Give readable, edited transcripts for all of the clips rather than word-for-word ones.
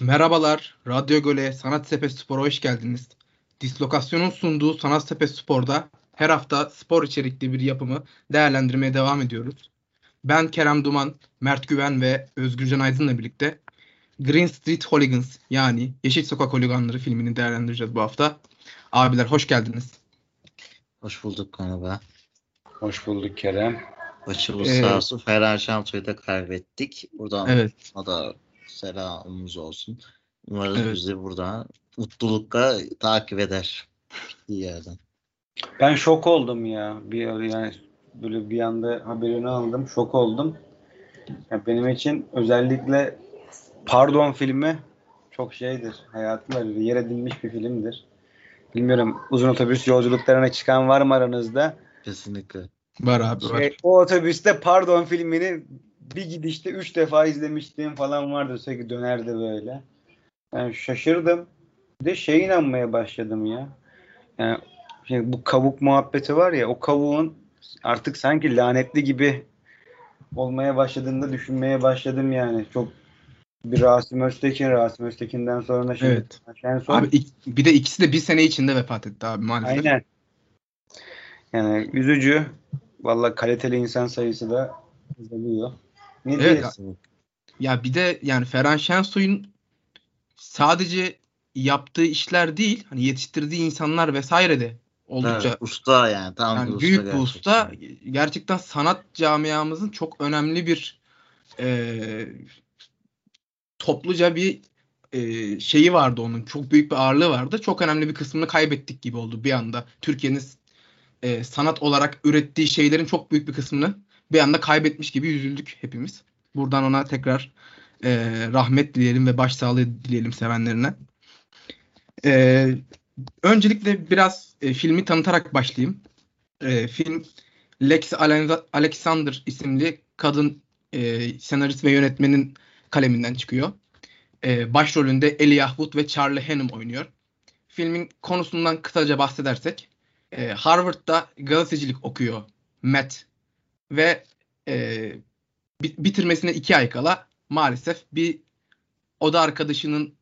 Merhabalar, Radyo Göle Sanat Sepet Spor'a hoş geldiniz. Dislokasyon'un sunduğu Sanat Sepet Spor'da her hafta spor içerikli bir yapımı değerlendirmeye devam ediyoruz. Ben Kerem Duman, Mert Güven ve Özgürcan Aydın'la birlikte Green Street Hooligans yani Yeşil Sokak Holiganları filmini değerlendireceğiz bu hafta. Abiler hoş geldiniz. Hoş bulduk merhaba. Hoş bulduk Kerem. Başımız sağ Ee, olsun. Ferhan Şanto'yu da kaybettik. Buradan evet, ona da selamımız olsun. Umarız evet. bizi burada mutlulukla takip eder bir yerden. Ben şok oldum ya. Yani böyle bir anda haberini aldım. Şok oldum. Ya benim için özellikle Pardon filmi çok şeydir. Hayatımda yer edilmiş bir filmdir. Bilmiyorum, uzun otobüs yolculuklarına çıkan var mı aranızda? Kesinlikle. Var abi var. O otobüste Pardon filmini bir gidişte 3 defa izlemişliğim falan vardı. Sürekli dönerdi böyle. Ben şaşırdım. Bir de inanmaya başladım ya. Yani bu kavuk muhabbeti var ya, o kavuğun artık sanki lanetli gibi olmaya başladığında düşünmeye başladım yani. Çok bir Rasim Öztekin'den sonra şimdi Evet. Şensoy. Abi bir de ikisi de bir sene içinde vefat etti abi maalesef. Aynen. Yani üzücü. Vallahi kaliteli insan sayısı da azalıyor. Ne Evet. diye? Kesinlikle. Ya bir de yani Ferhan Şensoy'un sadece yaptığı işler değil, hani yetiştirdiği insanlar vesaire de Evet, oldukça usta yani tam bir yani usta büyük bir usta. gerçekten. Gerçekten sanat camiamızın çok önemli bir e, topluca bir şeyi vardı onun. Çok büyük bir ağırlığı vardı. Çok önemli bir kısmını kaybettik gibi oldu bir anda. Türkiye'nin sanat olarak ürettiği şeylerin çok büyük bir kısmını bir anda kaybetmiş gibi üzüldük hepimiz. Buradan ona tekrar rahmet dileyelim ve başsağlığı dileyelim sevenlerine. E, Öncelikle biraz filmi tanıtarak başlayayım. Film Alexander isimli kadın senarist ve yönetmenin kaleminden çıkıyor. Başrolünde Elijah Wood ve Charlie Hunnam oynuyor. Filmin konusundan kısaca bahsedersek, Harvard'da gazetecilik okuyor Matt ve e, bitirmesine 2 ay kala maalesef bir oda arkadaşının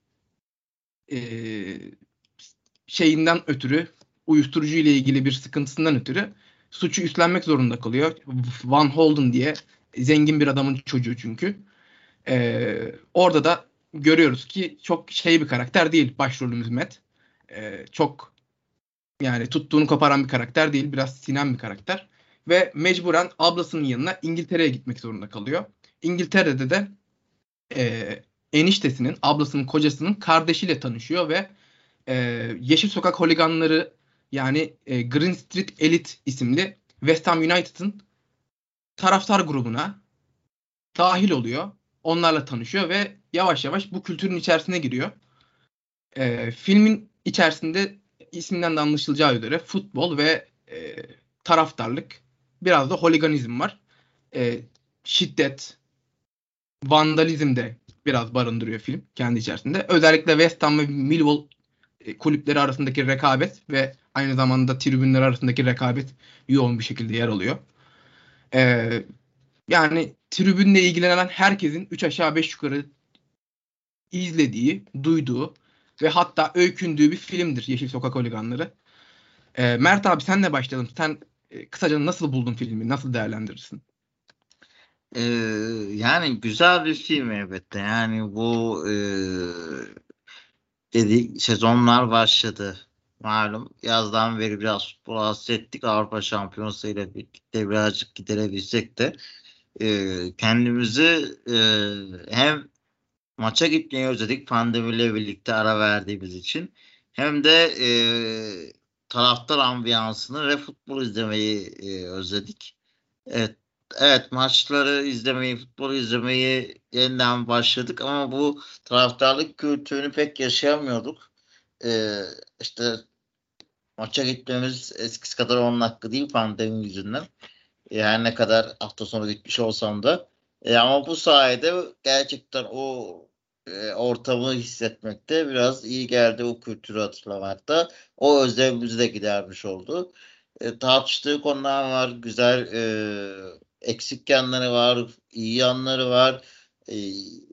e, şeyinden ötürü, uyuşturucu ile ilgili bir sıkıntısından ötürü suçu üstlenmek zorunda kalıyor. Van Holden diye zengin bir adamın çocuğu çünkü. Orada da görüyoruz ki çok şey bir karakter değil başrolümüz Matt. Çok yani tuttuğunu koparan bir karakter değil. Biraz sinen bir karakter. Ve mecburen ablasının yanına İngiltere'ye gitmek zorunda kalıyor. İngiltere'de de eniştesinin, ablasının kocasının kardeşiyle tanışıyor ve e, Yeşil Sokak Holiganları yani Green Street Elite isimli West Ham United'ın taraftar grubuna dahil oluyor. Onlarla tanışıyor ve yavaş yavaş bu kültürün içerisine giriyor. Filmin içerisinde isminden de anlaşılacağı üzere futbol ve taraftarlık, biraz da holiganizm var. E, Şiddet, vandalizm de biraz barındırıyor film kendi içerisinde. Özellikle West Ham ve Millwall kulüpleri arasındaki rekabet ve aynı zamanda tribünler arasındaki rekabet yoğun bir şekilde yer alıyor. E, Yani tribünle ilgilenen herkesin 3 aşağı 5 yukarı izlediği, duyduğu ve hatta öykündüğü bir filmdir Yeşil Sokak Holiganları. Mert abi senle başlayalım. Sen kısaca nasıl buldun filmi? Nasıl değerlendirirsin? Ee, Yani güzel bir film elbette. Yani bu dedik sezonlar başladı. Malum yazdan beri biraz futbol hasrettik. Avrupa Şampiyonası ile birlikte birazcık giderebilsek de kendimizi hem maça gitmeyi özledik pandemiyle birlikte ara verdiğimiz için hem de taraftar ambiyansını ve futbol izlemeyi özledik. Evet, evet maçları izlemeyi, futbolu izlemeyi yeniden başladık ama bu taraftarlık kültürünü pek yaşayamıyorduk. Ee, işte maça gitmemiz eskisi kadar 10 dakika değil pandemi yüzünden. Her ne kadar hafta sonu gitmiş olsam da. Ama bu sayede gerçekten o ortamı hissetmekte biraz iyi geldi. O kültürü hatırlamakta. O özlemimizi de gidermiş oldu. Tartıştığı konular var. Güzel eksik yanları var. İyi yanları var. E,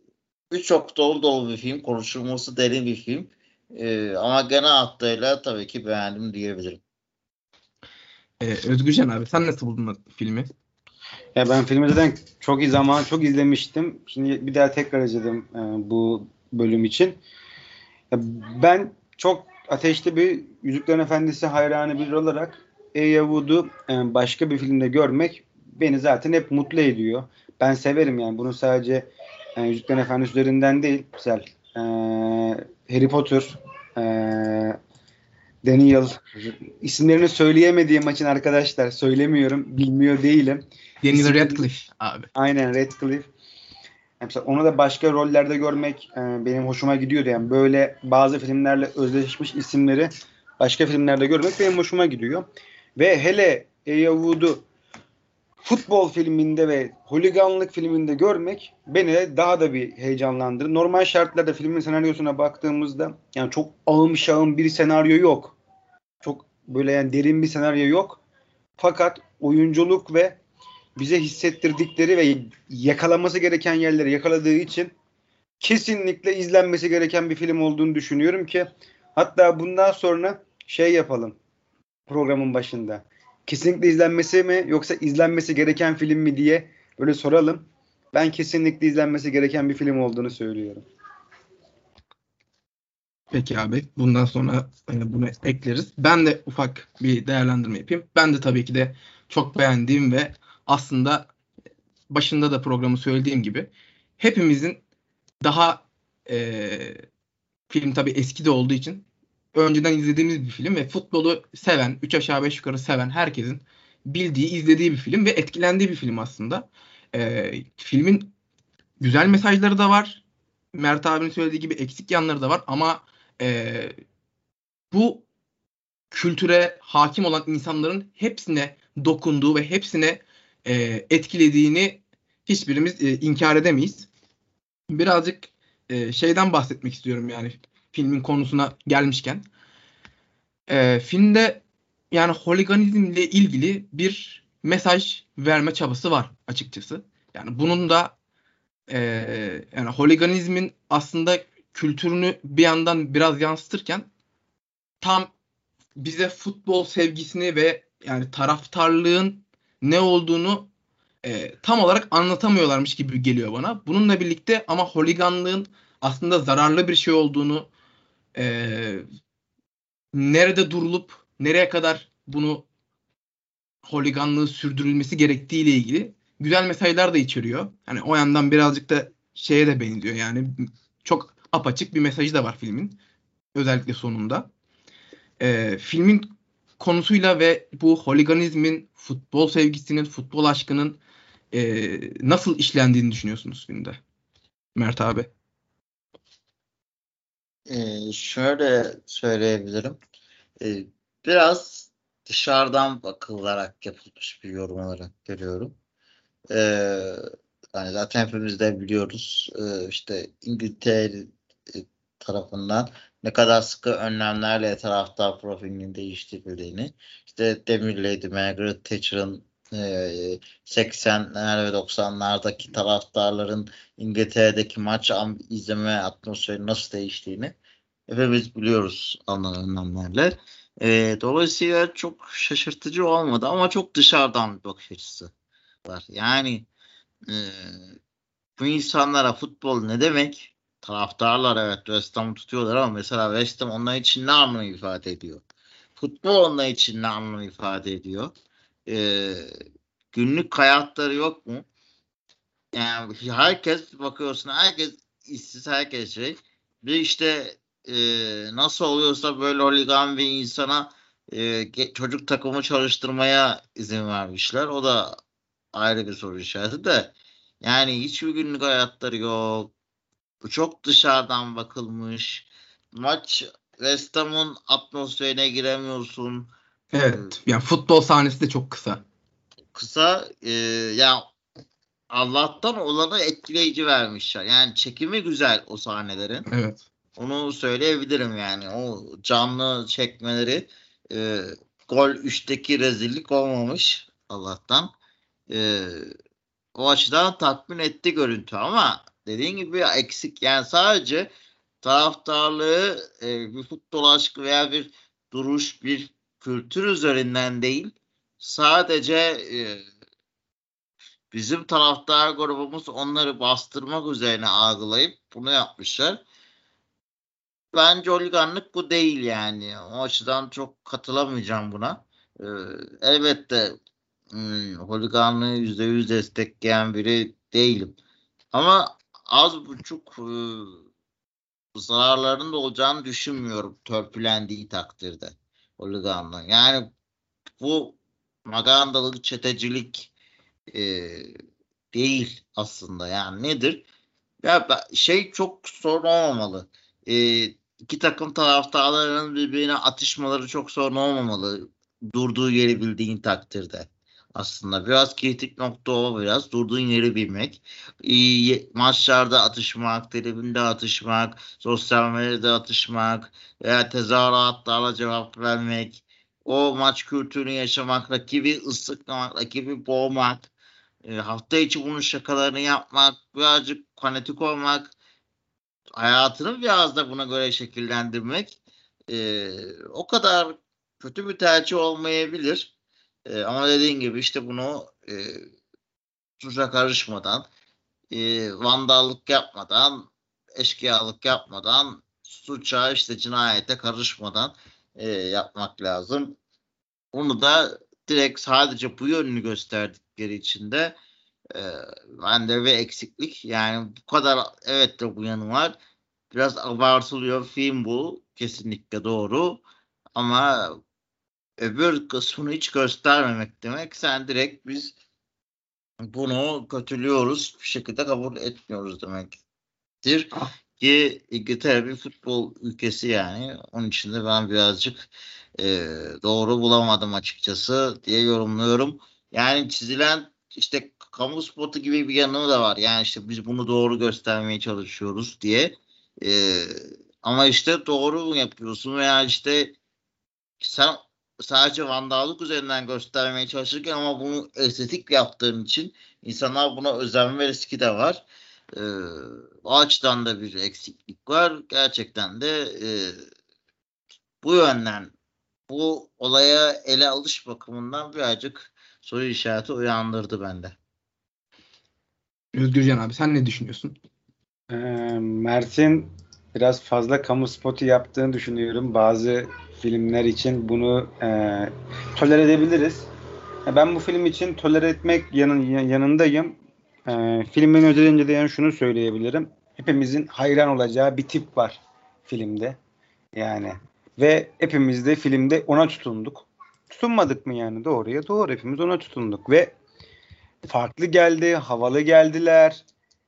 Çok dolu dolu bir film. Konuşulması derin bir film. Ama genel hatlarıyla tabii ki beğendim diyebilirim. Özgürcan abi sen nasıl buldun filmi? Ya ben filmi zaten çok iyi zaman çok izlemiştim. Şimdi bir daha tekrar izledim bu bölüm için. Ya ben çok ateşli bir Yüzüklerin Efendisi hayranı biri olarak Elijah Wood'u başka bir filmde görmek beni zaten hep mutlu ediyor. Ben severim yani bunu sadece Yüzüklerin Efendisi üzerinden değil. Mesela Harry Potter, e, Daniel, isimlerini söyleyemediğim maçın arkadaşlar söylemiyorum. Bilmiyor değilim. Daniel İsimleri, Radcliffe abi. aynen Radcliffe. Mesela onu da başka rollerde görmek benim hoşuma gidiyordu. Yani böyle bazı filmlerle özdeşmiş isimleri başka filmlerde görmek benim hoşuma gidiyor. Ve hele Elijah Wood'u futbol filminde ve holiganlık filminde görmek beni daha da bir heyecanlandırır. Normal şartlarda filmin senaryosuna baktığımızda yani çok ağım şağım bir senaryo yok. Çok böyle yani derin bir senaryo yok. Fakat oyunculuk ve bize hissettirdikleri ve yakalaması gereken yerleri yakaladığı için kesinlikle izlenmesi gereken bir film olduğunu düşünüyorum ki hatta bundan sonra şey yapalım programın başında. Kesinlikle izlenmesi mi yoksa izlenmesi gereken film mi diye böyle soralım. Ben kesinlikle izlenmesi gereken bir film olduğunu söylüyorum. Peki abi bundan sonra bunu ekleriz. Ben de ufak bir değerlendirme yapayım. Ben de tabii ki de çok beğendiğim ve aslında başında da programı söylediğim gibi hepimizin daha film tabii eski de olduğu için önceden izlediğimiz bir film ve futbolu seven, 3 aşağı 5 yukarı seven herkesin bildiği, izlediği bir film ve etkilendiği bir film aslında. Filmin güzel mesajları da var. Mert abinin söylediği gibi eksik yanları da var ama e, bu kültüre hakim olan insanların hepsine dokunduğu ve hepsine etkilediğini hiçbirimiz inkar edemeyiz. Birazcık şeyden bahsetmek istiyorum yani filmin konusuna gelmişken. Filmde yani holiganizmle ilgili bir mesaj verme çabası var açıkçası. Yani bunun da yani holiganizmin aslında kültürünü bir yandan biraz yansıtırken tam bize futbol sevgisini ve yani taraftarlığın ne olduğunu tam olarak anlatamıyorlarmış gibi geliyor bana. Bununla birlikte ama holiganlığın aslında zararlı bir şey olduğunu e, nerede durulup nereye kadar bunu holiganlığı sürdürülmesi gerektiği ile ilgili güzel mesajlar da içeriyor. Hani o yandan birazcık da şeye de benziyor yani çok apaçık bir mesajı da var filmin özellikle sonunda. Filmin konusuyla ve bu holiganizmin, futbol sevgisinin, futbol aşkının nasıl işlendiğini düşünüyorsunuz filmde? Mert abi. Şöyle söyleyebilirim. Biraz dışarıdan bakılarak yapılmış bir yorum olarak görüyorum. Ee, Yani zaten hepimiz de biliyoruz işte İngiltere tarafından ne kadar sıkı önlemlerle taraftar profilinin değiştirildiğini, işte Demir Lady Margaret Thatcher'ın 80'ler ve 90'lardaki taraftarların İngiltere'deki maç izleme atmosferi nasıl değiştiğini hepimiz biliyoruz alınan önlemlerle. Dolayısıyla çok şaşırtıcı olmadı ama çok dışarıdan bir bakış açısı var. Yani e, bu insanlara futbol ne demek? Taraftarlar evet West Ham'ı tutuyorlar ama mesela West Ham onlar için ne anlam ifade ediyor? Futbol onlar için ne anlam ifade ediyor? E, Günlük hayatları yok mu? Yani herkes bakıyorsun herkes işsiz herkes şey. Bir işte nasıl oluyorsa böyle holigan bir insana çocuk takımı çalıştırmaya izin vermişler. O da ayrı bir soru işareti de. Yani hiçbir günlük hayatları yok. Bu çok dışarıdan bakılmış. Maç West Ham'ın atmosferine giremiyorsun. Evet. Yani futbol sahnesi de çok kısa. Kısa ya Allah'tan olanı etkileyici vermişler. Yani çekimi güzel o sahnelerin. Evet. Onu söyleyebilirim yani. O canlı çekmeleri e, gol 3'teki rezillik olmamış Allah'tan. O açıdan tatmin etti görüntü ama dediğin gibi eksik. Yani sadece taraftarlığı bir futbol aşkı veya bir duruş, bir kültür üzerinden değil, sadece bizim taraftar grubumuz onları bastırmak üzerine algılayıp bunu yapmışlar. Bence holiganlık bu değil yani. O açıdan çok katılamayacağım buna. Elbette holiganlığı %100 destekleyen biri değilim. Ama az buçuk zararlarının da olacağını düşünmüyorum törpülendiği takdirde holiganlığın. Yani bu magandalık, çetecilik değil aslında. Yani nedir? Ya şey çok sorun olmamalı. İki takım taraftarlarının birbirine atışmaları çok sorun olmamalı. Durduğu yeri bildiğin takdirde. Aslında biraz kritik nokta o, biraz durduğun yeri bilmek. Maçlarda atışmak, tribünde atışmak, sosyal medyada atışmak veya tezahüratlarla cevap vermek, o maç kültürünü yaşamak, rakibi ıslıklamak, rakibi boğmak, hafta içi bunun şakalarını yapmak, birazcık fanatik olmak, hayatını biraz da buna göre şekillendirmek o kadar kötü bir tercih olmayabilir. Ama dediğin gibi işte bunu suça karışmadan, vandallık yapmadan, eşkıyalık yapmadan, suça işte cinayete karışmadan yapmak lazım. Bunu da direkt sadece bu yönünü gösterdikleri için de bende bir eksiklik. Yani bu kadar, evet de bu yanı var. Biraz abartılıyor film bu. Kesinlikle doğru. Ama öbür kısmını hiç göstermemek demek. Sen direkt biz bunu kötülüyoruz, bir şekilde kabul etmiyoruz demektir. Ki İngiltere bir futbol ülkesi yani. Onun için de ben birazcık doğru bulamadım açıkçası diye yorumluyorum. Yani çizilen işte kamu spotu gibi bir yanı da var. Yani işte biz bunu doğru göstermeye çalışıyoruz diye. E, Ama işte doğru mu yapıyorsun veya işte sen sadece vandallık üzerinden göstermeye çalışırken ama bunu estetik yaptığın için insanlar buna özenme riski de var. Ee, O açıdan da bir eksiklik var. Gerçekten de bu yönden bu olaya ele alış bakımından birazcık soru işareti uyandırdı bende. Özgürcan abi sen ne düşünüyorsun? Mert'in biraz fazla kamu spotu yaptığını düşünüyorum. Bazı filmler için bunu tolere edebiliriz. Ben bu film için tolere etmek yanındayım. Filmin özelinde de yani şunu söyleyebilirim. Hepimizin hayran olacağı bir tip var filmde. Yani ve hepimiz de filmde ona tutunduk. Tutunmadık mı yani? Doğruya doğru. Hepimiz ona tutunduk ve farklı geldi, havalı geldiler.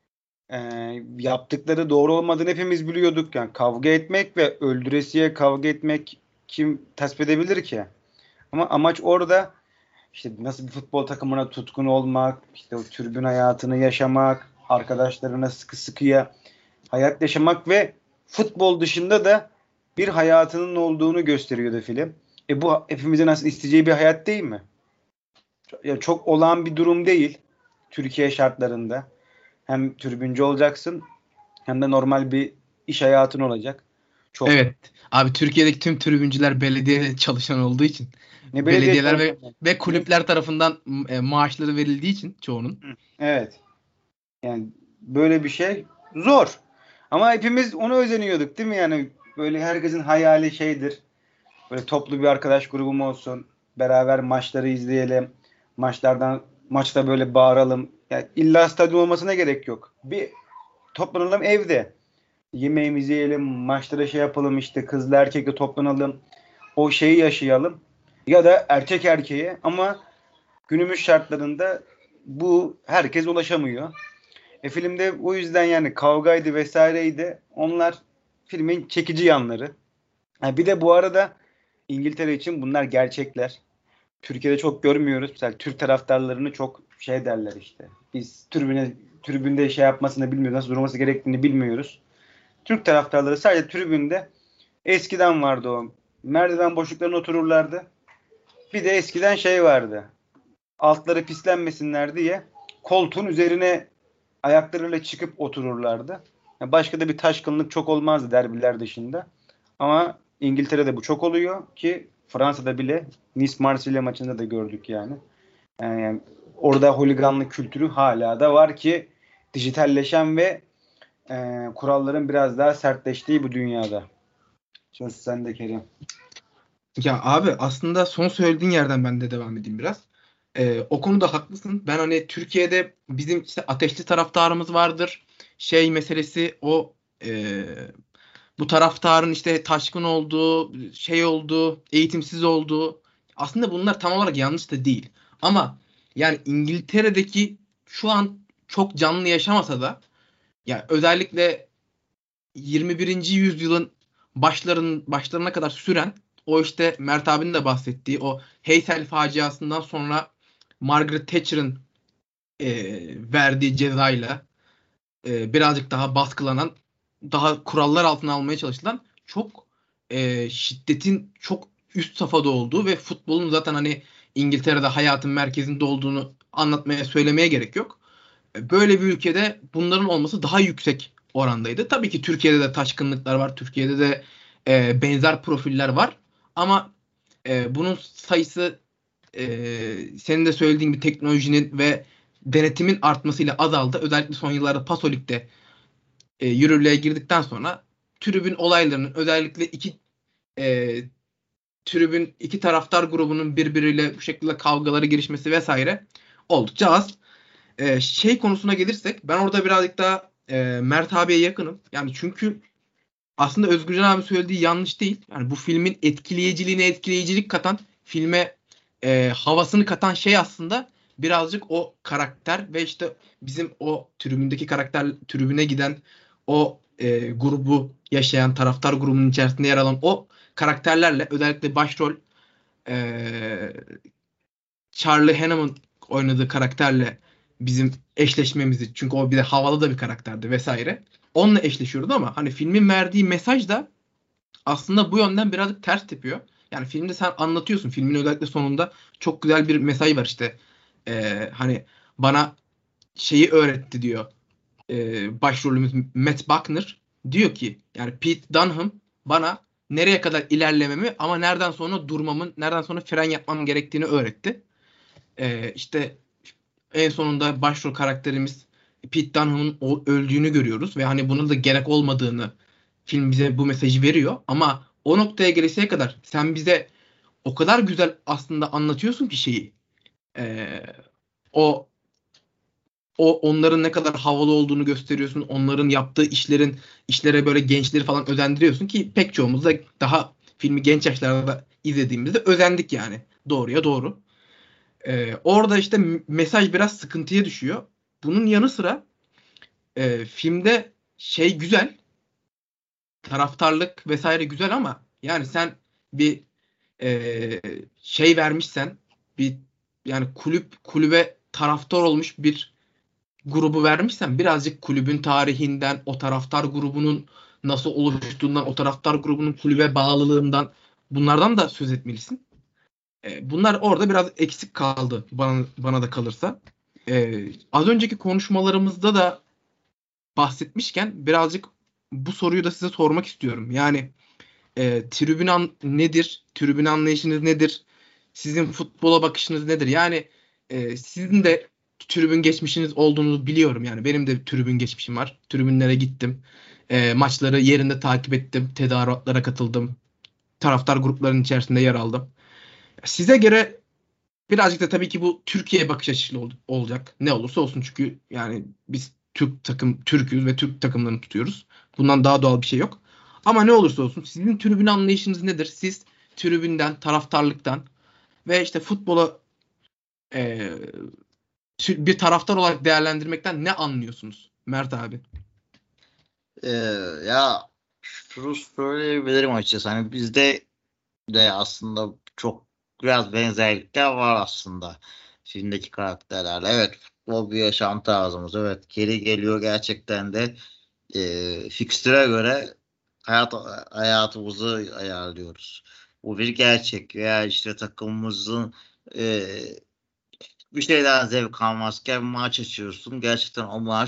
Yaptıkları doğru olmadığını hepimiz biliyorduk. Yani kavga etmek ve öldüresiye kavga etmek kim tasvip edebilir ki? Ama amaç orada işte nasıl bir futbol takımına tutkun olmak, işte o tribün hayatını yaşamak, arkadaşlarına sıkı sıkıya hayat yaşamak ve futbol dışında da bir hayatının olduğunu gösteriyordu film. Bu hepimizin aslında isteyeceği bir hayat değil mi? Ya çok olağan bir durum değil Türkiye şartlarında. Hem tribüncü olacaksın hem de normal bir iş hayatın olacak. Çok Evet. Abi Türkiye'deki tüm tribüncüler belediye çalışan olduğu için ne belediye belediyeler çalışanı. ve kulüpler tarafından maaşları verildiği için çoğunun. Evet. Yani böyle bir şey zor. Ama hepimiz ona özeniyorduk değil mi? Yani böyle herkesin hayali şeydir. Böyle toplu bir arkadaş grubum olsun. Beraber maçları izleyelim. Maçta böyle bağıralım. Yani illa stadyum olmasına gerek yok. Bir toplanalım evde. Yemeğimizi yiyelim, maçlara şey yapalım işte kızla erkekle toplanalım. O şeyi yaşayalım. Ya da erkek erkeğe ama günümüz şartlarında bu herkes ulaşamıyor. Filmde o yüzden yani kavgaydı vesaireydi. Onlar filmin çekici yanları. Bir de bu arada İngiltere için bunlar gerçekler. Türkiye'de çok görmüyoruz. Mesela Türk taraftarlarını çok şey derler işte. Biz tribünde şey yapmasını bilmiyoruz. Nasıl durması gerektiğini bilmiyoruz. Türk taraftarları sadece tribünde eskiden vardı o. Merdiven boşluklarına otururlardı. Bir de eskiden şey vardı. Altları pislenmesinler diye koltuğun üzerine ayaklarıyla çıkıp otururlardı. Yani başka da bir taşkınlık çok olmazdı derbiler dışında. Ama İngiltere'de bu çok oluyor ki Fransa'da bile Nice-Marsilya maçında da gördük yani. Yani orada holiganlık kültürü hala da var ki dijitalleşen ve kuralların biraz daha sertleştiği bu dünyada. Söz sende Kerim. Ya abi aslında son söylediğin yerden ben de devam edeyim biraz. O konuda haklısın. Ben hani Türkiye'de bizim işte ateşli taraftarımız vardır. Şey meselesi o bu taraftarın işte taşkın olduğu, şey olduğu, eğitimsiz olduğu. Aslında bunlar tam olarak yanlış da değil. Ama yani İngiltere'deki şu an çok canlı yaşamasa da ya özellikle 21. yüzyılın başlarına kadar süren o işte Mert abinin de bahsettiği o Heysel faciasından sonra Margaret Thatcher'ın verdiği cezayla birazcık daha baskılanan, daha kurallar altına almaya çalışılan çok şiddetin çok üst safhada olduğu ve futbolun zaten hani İngiltere'de hayatın merkezinde olduğunu anlatmaya, söylemeye gerek yok. Böyle bir ülkede bunların olması daha yüksek orandaydı. Tabii ki Türkiye'de de taşkınlıklar var. Türkiye'de de benzer profiller var. Ama bunun sayısı senin de söylediğin bir teknolojinin ve denetimin artmasıyla azaldı. Özellikle son yıllarda Pasolik'te yürürlüğe girdikten sonra tribün olaylarının özellikle e, tribün iki taraftar grubunun birbiriyle bu şekilde kavgaları girişmesi vesaire oldukça az. Şey konusuna gelirsek ben orada birazcık daha Mert abiye yakınım. Yani çünkü aslında Özgürcan abi söylediği yanlış değil. Yani bu filmin etkileyiciliğine etkileyicilik katan, filme havasını katan şey aslında birazcık o karakter ve işte bizim o tribündeki karakter, tribüne giden o grubu yaşayan taraftar grubunun içerisinde yer alan o karakterlerle özellikle başrol e, Charlie Hunnam'ın oynadığı karakterle bizim eşleşmemizi, çünkü o bir de havalı da bir karakterdi vesaire. Onunla eşleşiyordu ama hani filmin verdiği mesaj da aslında bu yönden birazcık ters tepiyor. Yani filmde sen anlatıyorsun. Filmin özellikle sonunda çok güzel bir mesaj var işte. Hani bana şeyi öğretti diyor. Başrolümüz Matt Buckner. Diyor ki yani Pete Dunham bana nereye kadar ilerlememi ama nereden sonra durmamın, nereden sonra fren yapmam gerektiğini öğretti. İşte en sonunda başrol karakterimiz Pete Dunham'ın öldüğünü görüyoruz ve hani buna da gerek olmadığını film bize bu mesajı veriyor. Ama o noktaya geleseye kadar sen bize o kadar güzel aslında anlatıyorsun ki şeyi. Ee, o onların ne kadar havalı olduğunu gösteriyorsun. Onların yaptığı işlere böyle gençleri falan özendiriyorsun ki pek çoğumuz da daha filmi genç yaşlarda izlediğimizde özendik yani. Doğruya doğru. Orada işte mesaj biraz sıkıntıya düşüyor. Bunun yanı sıra filmde şey güzel, taraftarlık vesaire güzel ama yani sen bir e, şey vermişsen, bir yani kulübe taraftar olmuş bir grubu vermişsen birazcık kulübün tarihinden, o taraftar grubunun nasıl oluştuğundan, o taraftar grubunun kulübe bağlılığından bunlardan da söz etmelisin. Bunlar orada biraz eksik kaldı bana da kalırsa. Az önceki konuşmalarımızda da bahsetmişken birazcık bu soruyu da size sormak istiyorum. Yani nedir? Tribün anlayışınız nedir? Sizin futbola bakışınız nedir? Yani sizin de tribün geçmişiniz olduğunu biliyorum. Yani benim de tribün geçmişim var. Tribünlere gittim. Maçları yerinde takip ettim. Tezahüratlara katıldım. Taraftar gruplarının içerisinde yer aldım. Size göre birazcık da tabii ki bu Türkiye bakış açısı olacak. Ne olursa olsun çünkü yani biz Türk'üz ve Türk takımlarını tutuyoruz. Bundan daha doğal bir şey yok. Ama ne olursa olsun sizin tribün anlayışınız nedir? Siz tribünden, taraftarlıktan ve işte futbola e, bir taraftar olarak değerlendirmekten ne anlıyorsunuz Mert abi? Ee, ya şunu söyleyebilirim açıkçası. Hani bizde de aslında çok biraz benzerlikler var aslında filmdeki karakterlerle. Evet, futbol bir yaşam tarzımız. Evet, geri geliyor gerçekten de fikstüre göre hayatımızı ayarlıyoruz. Bu bir gerçek. Veya işte takımımızın e, bir şeyden zevk almazken maç açıyorsun. Gerçekten o maç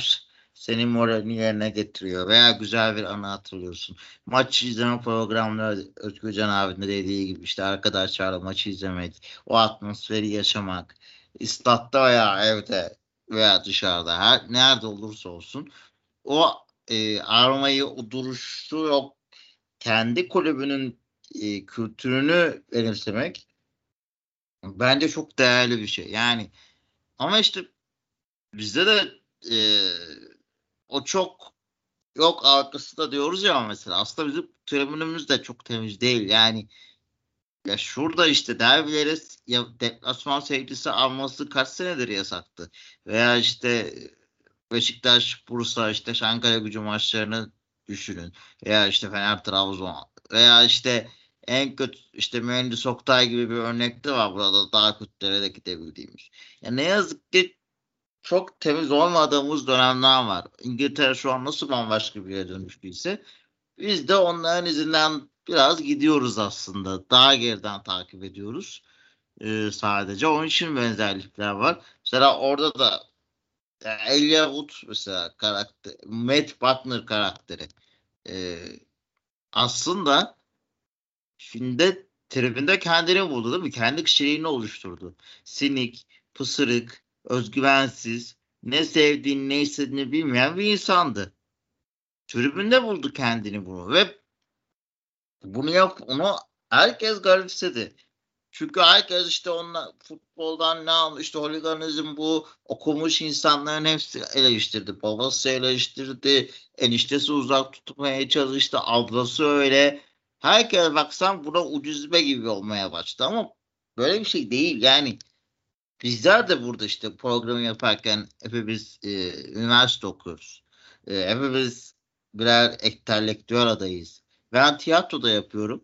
senin moralini yerine getiriyor veya güzel bir anı hatırlıyorsun. Maç izleme programları Özgürcan abinin de dediği gibi işte arkadaşlarla maçı izlemek, o atmosferi yaşamak, statta veya evde veya dışarıda nerede olursa olsun o aromayı, o duruşu, o kendi kulübünün kültürünü benimsemek bence çok değerli bir şey. Yani ama işte bizde de e, o çok yok arkası da diyoruz ya mesela. Aslında bizim tribünümüz de çok temiz değil. Yani ya şurada işte derbileri ya deplasman seyircisi alması kaç senedir yasaktı. Veya işte Beşiktaş, Bursa, işte Çankaya-Gücü maçlarını düşünün. Veya işte Fener, Trabzon veya işte en kötü işte Mühendis Oktay gibi bir örnek de var burada daha kötülere de gidebildiğimiz. Ya ne yazık ki çok temiz olmadığımız dönemler var. İngiltere şu an nasıl bambaşka bir yere dönüştüyse biz de onların izinden biraz gidiyoruz aslında. Daha geriden takip ediyoruz. Sadece onun için benzerlikler var. Mesela orada da Elijah Wood mesela karakter, Matt Butler karakteri. Ee, aslında filmde tribünde kendini buldu değil mi? Kendi kişiliğini oluşturdu. Sinik, pısırık, özgüvensiz, ne sevdiğini ne istediğini bilmeyen bir insandı. Tribünde buldu kendini bunu ve onu herkes garipsedi. Çünkü herkes işte onunla futboldan ne almış, işte holiganizm bu okumuş insanların hepsi eleştirdi. Babası eleştirdi, eniştesi uzak tutmaya çalıştı, ablası öyle. Herkes baksan buna ucuzbe gibi olmaya başladı ama böyle bir şey değil. Yani bizler de burada işte programı yaparken hepimiz üniversite okuyoruz. Hepimiz birer entelektüel adayız. Ben tiyatroda yapıyorum.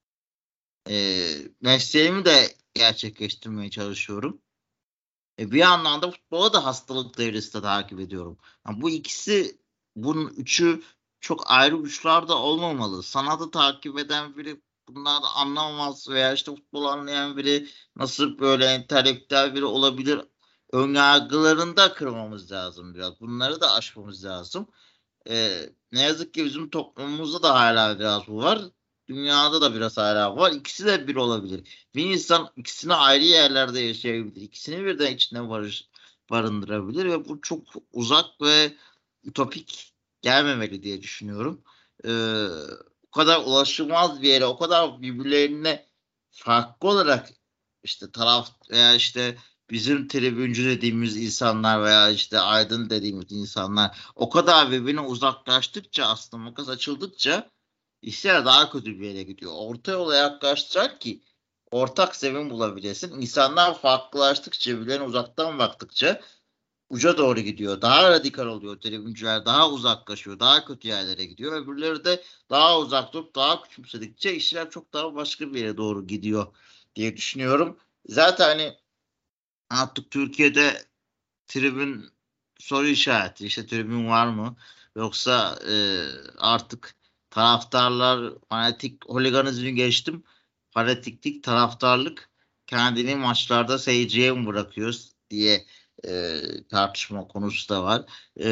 Mesleğimi de gerçekleştirmeye çalışıyorum. Bir yandan da futbola da hastalık derecesi de takip ediyorum. Yani bu ikisi, bunun üçü çok ayrı uçlarda olmamalı. Sanatı takip eden biri bunları anlamaz veya işte futbol anlayan biri nasıl böyle entelektüel biri olabilir? Önyargılarını da kırmamız lazım biraz. Bunları da aşmamız lazım. Ne yazık ki bizim toplumumuzda da hala biraz bu var. Dünyada da biraz hala var. İkisi de bir olabilir. Bir insan ikisini ayrı yerlerde yaşayabilir. İkisini birden içinde barındırabilir ve bu çok uzak ve ütopik gelmemeli diye düşünüyorum. Ee, o kadar ulaşılmaz bir yere, o kadar birbirlerine farklı olarak işte taraf veya işte bizim tribüncü dediğimiz insanlar veya işte aydın dediğimiz insanlar o kadar birbirine uzaklaştıkça aslında makas açıldıkça işler daha kötü bir yere gidiyor. Orta yola yaklaşacak ki ortak zemin bulabilesin. İnsanlar farklılaştıkça, birbirlerine uzaktan baktıkça uca doğru gidiyor. Daha radikal oluyor. Tribüncüler daha uzaklaşıyor. Daha kötü yerlere gidiyor. Öbürleri de daha uzak durup daha küçümsedikçe işler çok daha başka bir yere doğru gidiyor diye düşünüyorum. Zaten hani artık Türkiye'de tribün soru işareti. İşte tribün var mı? Yoksa artık taraftarlar fanatik holiganizmi geçtim. Fanatiklik, taraftarlık kendini maçlarda seyirciye mi bırakıyoruz diye tartışma konusu da var. E,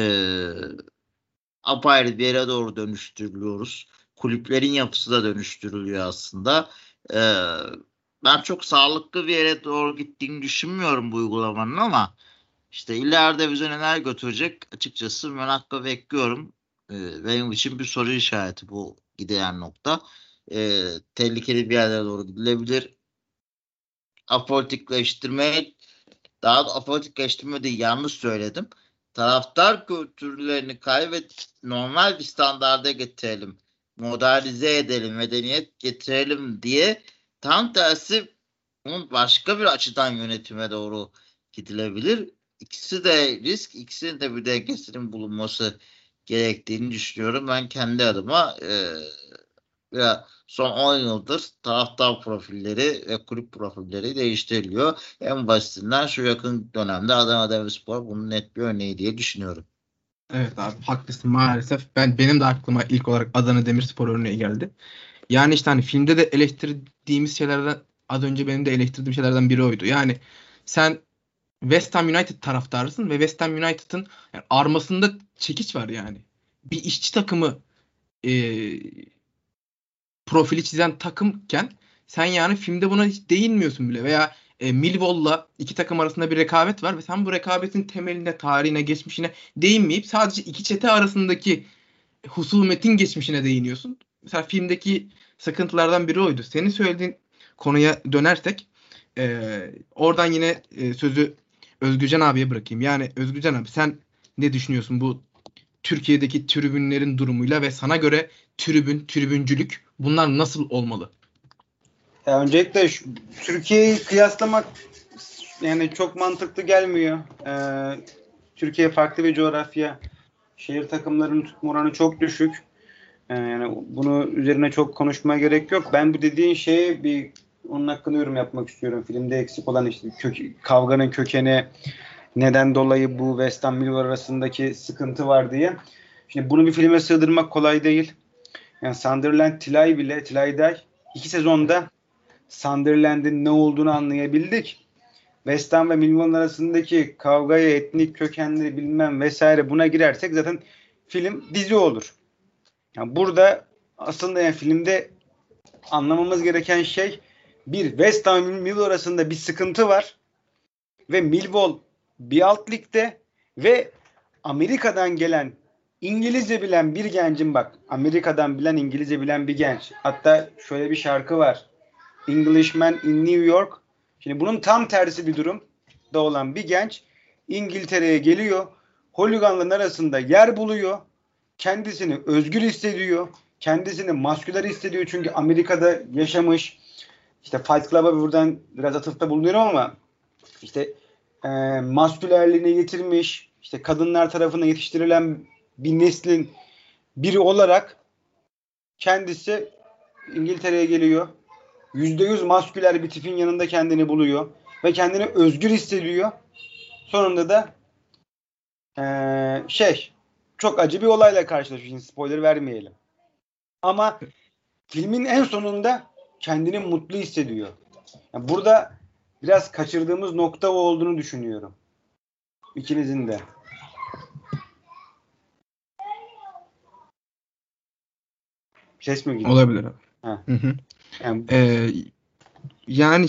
apayrı bir yere doğru dönüştürülüyoruz. Kulüplerin yapısı da dönüştürülüyor aslında. E, ben çok sağlıklı bir yere doğru gittiğini düşünmüyorum bu uygulamanın ama işte ileride bize neler götürecek açıkçası merakla bekliyorum. Benim için bir soru işareti bu gidilen nokta. Tehlikeli bir yerlere doğru gidilebilir. Apolitikleştirmeye, daha da apolitikleştirme değil, yanlış söyledim. Taraftar kültürlerini normal bir standarda getirelim. Modernize edelim, medeniyet getirelim diye tam tersi bunun başka bir açıdan yönetime doğru gidilebilir. İkisi de risk, ikisinin de bir dengesinin bulunması gerektiğini düşünüyorum. Ben kendi adıma ya son 10 yıldır taraftar profilleri ve kulüp profilleri değiştiriliyor. En basitinden şu yakın dönemde Adana Demirspor bunun net bir örneği diye düşünüyorum. Evet abi, haklısın maalesef. Benim de aklıma ilk olarak Adana Demirspor örneği geldi. Yani işte hani filmde de eleştirdiğimiz şeylerden, az önce benim de eleştirdiğim şeylerden biri oydu. Yani sen West Ham United taraftarısın ve West Ham United'ın yani armasında çekiç var yani. Bir işçi takımı e, profili çizen takımken sen yani filmde buna hiç değinmiyorsun bile veya Millwall'la iki takım arasında bir rekabet var ve sen bu rekabetin temeline, tarihine, geçmişine değinmeyip sadece iki çete arasındaki husumetin geçmişine değiniyorsun. Mesela filmdeki sıkıntılardan biri oydu. Senin söylediğin konuya dönersek oradan yine sözü Özgürcan abiye bırakayım. Yani Özgürcan abi sen ne düşünüyorsun bu Türkiye'deki tribünlerin durumuyla ve sana göre tribüncülük bunlar nasıl olmalı? Ya öncelikle Türkiye'yi kıyaslamak yani çok mantıklı gelmiyor. Türkiye farklı bir coğrafya. Şehir takımlarının tutma oranı çok düşük. Yani bunu üzerine çok konuşmaya gerek yok. Ben bu dediğin şeye onun hakkında yorum yapmak istiyorum. Filmde eksik olan işte kavganın kökeni, neden dolayı bu West Ham Millwall arasındaki sıkıntı var diye. Şimdi bunu bir filme sığdırmak kolay değil. Yani Sunderland Tilayday 2 sezonda Sunderland'in ne olduğunu anlayabildik. West Ham ve Millwall'ın arasındaki kavgaya, etnik kökenleri bilmem vesaire buna girersek zaten film dizi olur. Yani burada aslında yani filmde anlamamız gereken şey West Ham ve Millwall arasında bir sıkıntı var ve Millwall bir alt ligde ve Amerika'dan gelen İngilizce bilen bir gencin Amerika'dan bilen İngilizce bilen bir genç. Hatta şöyle bir şarkı var. Englishman in New York. Şimdi bunun tam tersi bir durum da olan bir genç İngiltere'ye geliyor. Holiganların arasında yer buluyor. Kendisini özgür hissediyor. Kendisini masküler hissediyor. Çünkü Amerika'da yaşamış. İşte Fight Club'a buradan biraz atıfta bulunuyorum ama işte maskülerliğini yitirmiş. İşte kadınlar tarafından yetiştirilen bir neslin biri olarak kendisi İngiltere'ye geliyor. %100 masküler bir tipin yanında kendini buluyor. Ve kendini özgür hissediyor. Sonunda da çok acı bir olayla karşılaşıyor. Şimdi spoiler vermeyelim. Ama filmin en sonunda kendini mutlu hissediyor. Yani burada biraz kaçırdığımız nokta o olduğunu düşünüyorum. İkinizin de. Ses mi gidiyor? Olabilir abi. Hı hı. Yani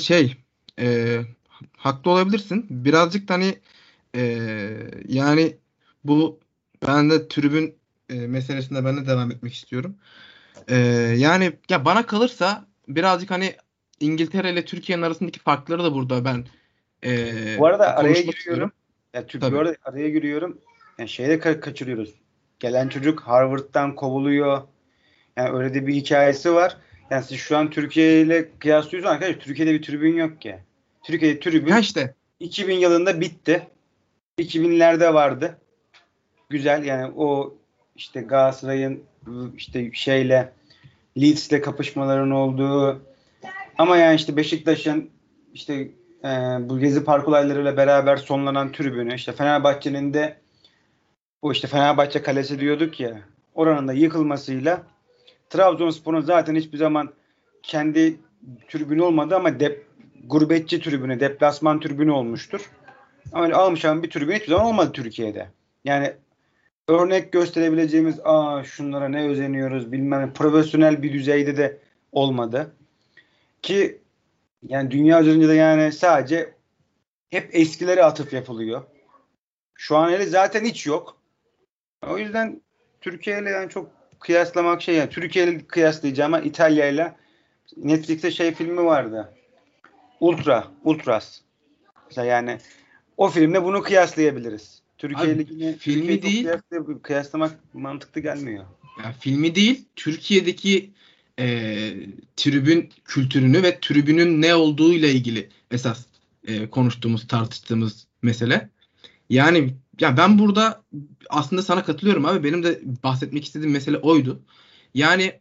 haklı olabilirsin. Birazcık da hani yani bu ben de tribün meselesinde ben de devam etmek istiyorum. Yani ya bana kalırsa birazcık hani İngiltere ile Türkiye'nin arasındaki farkları da burada ben bu arada araya konuşmak giriyorum. istiyorum. Bu arada araya giriyorum. Yani şeyde kaçırıyoruz. Gelen çocuk Harvard'dan kovuluyor. Yani öyle de bir hikayesi var. Yani siz şu an Türkiye ile kıyaslıyorsunuz arkadaşlar. Türkiye'de bir tribün yok ki. Türkiye'de tribün Ya işte 2000 yılında bitti. 2000'lerde vardı. Güzel yani o işte Galatasaray'ın işte Leeds'le kapışmaların olduğu ama yani işte Beşiktaş'ın işte bu Gezi Park olaylarıyla beraber sonlanan tribünü işte Fenerbahçe'nin de o işte Fenerbahçe Kalesi diyorduk ya oranın da yıkılmasıyla Trabzonspor'un zaten hiçbir zaman kendi tribünü olmadı ama gurbetçi tribünü, deplasman tribünü olmuştur. Ama almış bir tribün hiçbir zaman olmadı Türkiye'de. Yani örnek gösterebileceğimiz şunlara ne özeniyoruz bilmem profesyonel bir düzeyde de olmadı. Ki yani dünya üzerinde de yani sadece hep eskilere atıf yapılıyor. Şu an hele zaten hiç yok. O yüzden Türkiye ile yani çok kıyaslamak yani Türkiye ile kıyaslayacağım ama İtalya ile Netflix'te filmi vardı. Ultras. Mesela yani o filmle bunu kıyaslayabiliriz. Türkiye Ligi'ni filmi değil kıyaslamak mantıklı gelmiyor. Yani filmi değil Türkiye'deki tribün kültürünü ve tribünün ne olduğuyla ilgili esas konuştuğumuz tartıştığımız mesele. Yani ya ben burada aslında sana katılıyorum abi. Benim de bahsetmek istediğim mesele oydu. Yani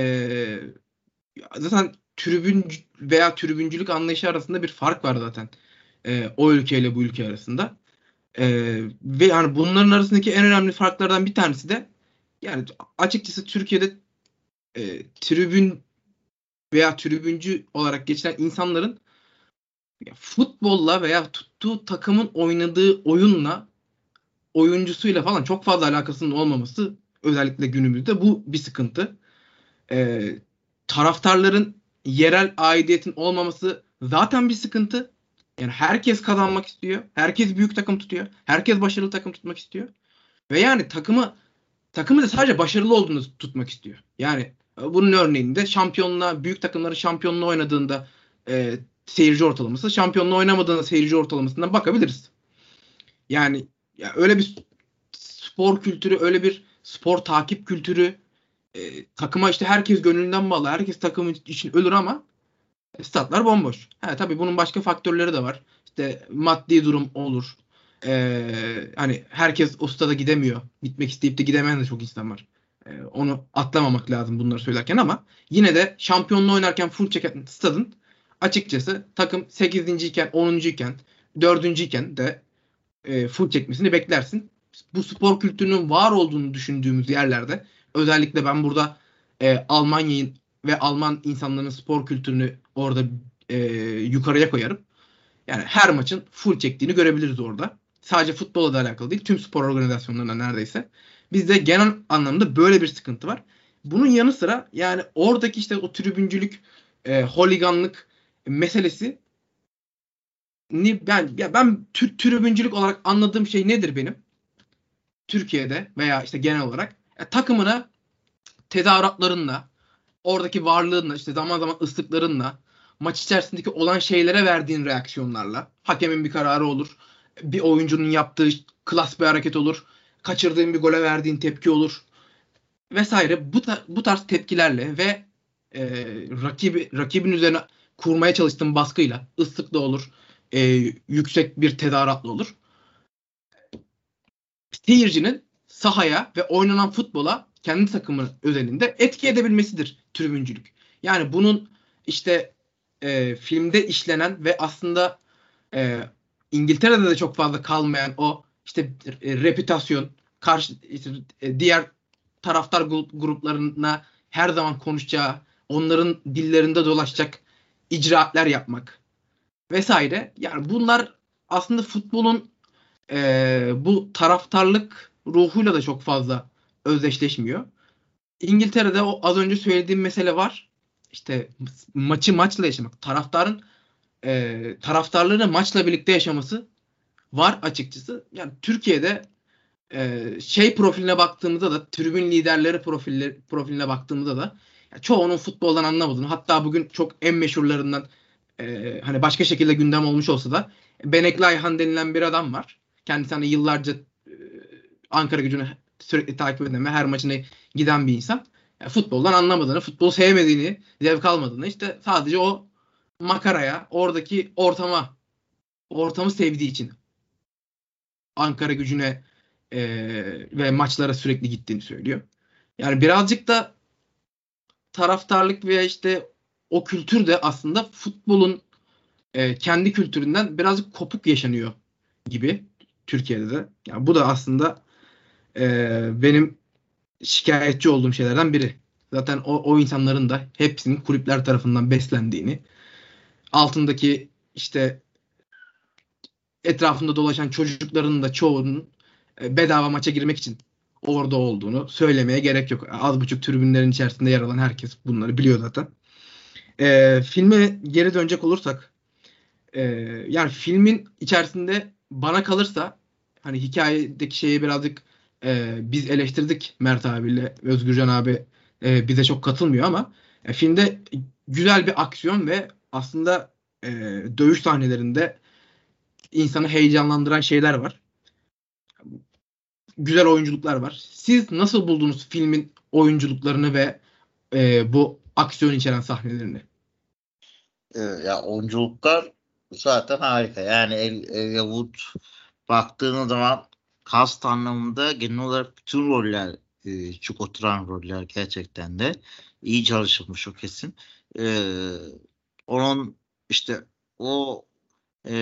zaten tribün veya tribüncülük anlayışı arasında bir fark var zaten. O ülkeyle bu ülke arasında. Ve yani bunların arasındaki en önemli farklardan bir tanesi de yani açıkçası Türkiye'de tribün veya tribüncü olarak geçilen insanların futbolla veya tuttuğu takımın oynadığı oyunla, oyuncusuyla falan çok fazla alakasının olmaması özellikle günümüzde bu bir sıkıntı. Ee, Taraftarların yerel aidiyetin olmaması zaten bir sıkıntı. Yani herkes kazanmak istiyor. Herkes büyük takım tutuyor. Herkes başarılı takım tutmak istiyor. Ve yani takımı da sadece başarılı olduğunu tutmak istiyor. Yani bunun örneğinde büyük takımların şampiyonluğu oynadığında seyirci ortalaması, şampiyonluğu oynamadığında seyirci ortalamasından bakabiliriz. Yani ya öyle bir spor kültürü, öyle bir spor takip kültürü, takıma işte herkes gönlünden bağlı, herkes takım için ölür ama statlar bomboş. Tabii bunun başka faktörleri de var. İşte maddi durum olur. Hani herkes o stada gidemiyor. Gitmek isteyip de gidemeyen de çok insan var. Onu atlamamak lazım bunları söylerken ama yine de şampiyonluğu oynarken full çeken stadın açıkçası takım 8. iken, 10. iken, 4. iken de full çekmesini beklersin. Bu spor kültürünün var olduğunu düşündüğümüz yerlerde özellikle ben burada Almanya'nın ve Alman insanların spor kültürünü orada yukarıya koyarım. Yani her maçın full çektiğini görebiliriz orada. Sadece futbola da alakalı değil. Tüm spor organizasyonlarına neredeyse. Bizde genel anlamda böyle bir sıkıntı var. Bunun yanı sıra yani oradaki işte o tribüncülük, holiganlık meselesi ben tribüncülük olarak anladığım şey nedir benim? Türkiye'de veya işte genel olarak takımına tezahüratlarınla, oradaki varlığınla, işte zaman zaman ıslıklarınla, maç içerisindeki olan şeylere verdiğin reaksiyonlarla, hakemin bir kararı olur, bir oyuncunun yaptığı klas bir hareket olur, kaçırdığın bir gole verdiğin tepki olur vesaire. Bu tarz tepkilerle ve rakibin üzerine kurmaya çalıştığın baskıyla, ıslıkla olur, yüksek bir tezahüratla olur. Seyircinin sahaya ve oynanan futbola kendi takımı özelinde etki edebilmesidir tribüncülük. Yani bunun işte filmde işlenen ve aslında İngiltere'de de çok fazla kalmayan o işte reputasyon, diğer taraftar gruplarına her zaman konuşacağı, onların dillerinde dolaşacak icraatler yapmak vesaire. Yani bunlar aslında futbolun bu taraftarlık ruhuyla da çok fazla özdeşleşmiyor. İngiltere'de o az önce söylediğim mesele var. İşte maçı maçla yaşamak. Taraftarlığını maçla birlikte yaşaması var açıkçası. Yani Türkiye'de profiline baktığımızda da tribün liderleri profiline baktığımızda da çoğunun futboldan anlamadığını, hatta bugün çok en meşhurlarından hani başka şekilde gündem olmuş olsa da Benek Ayhan denilen bir adam var. Kendisi hani yıllarca Ankara Gücü'nü sürekli takip eden ve her maçına giden bir insan. Yani futboldan anlamadığını, futbolu sevmediğini, zevk almadığını, işte sadece o makaraya, oradaki ortamı sevdiği için Ankara Gücü'ne ve maçlara sürekli gittiğini söylüyor. Yani birazcık da taraftarlık veya işte o kültür de aslında futbolun kendi kültüründen birazcık kopuk yaşanıyor gibi Türkiye'de de. Yani bu da aslında benim şikayetçi olduğum şeylerden biri. Zaten o insanların da hepsinin kulüpler tarafından beslendiğini, altındaki işte etrafında dolaşan çocukların da çoğunun bedava maça girmek için orada olduğunu söylemeye gerek yok. Az buçuk tribünlerin içerisinde yer alan herkes bunları biliyor zaten. Filme geri dönecek olursak, yani filmin içerisinde bana kalırsa hani hikayedeki şeyi birazcık biz eleştirdik Mert abiyle. Özgürcan abi bize çok katılmıyor ama filmde güzel bir aksiyon ve aslında dövüş sahnelerinde insanı heyecanlandıran şeyler var. Güzel oyunculuklar var. Siz nasıl buldunuz filmin oyunculuklarını ve bu aksiyon içeren sahnelerini? Ya oyunculuklar zaten harika. Yani El Wood baktığınız zaman cast anlamında genel olarak bütün roller çok oturan roller gerçekten de iyi çalışılmış, o kesin. Onun işte o e,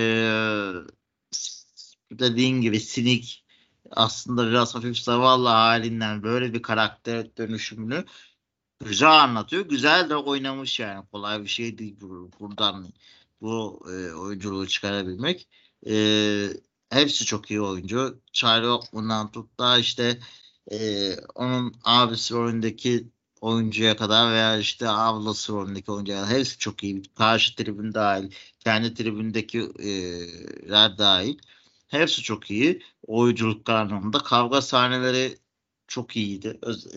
dediğin gibi sinik, aslında biraz hafif zavallı halinden böyle bir karakter dönüşümünü güzel anlatıyor. Güzel de oynamış yani. Kolay bir şey değil buradan bu oyunculuğu çıkarabilmek. Hepsi çok iyi oyuncu. Charlie Oakman'dan tut da işte onun abisi rolündeki oyuncuya kadar veya işte ablası rolündeki oyuncuya kadar hepsi çok iyi. Karşı tribün dahil, kendi tribündekiler dahil. Hepsi çok iyi. Oyunculuk anlamında. Kavga sahneleri çok iyiydi.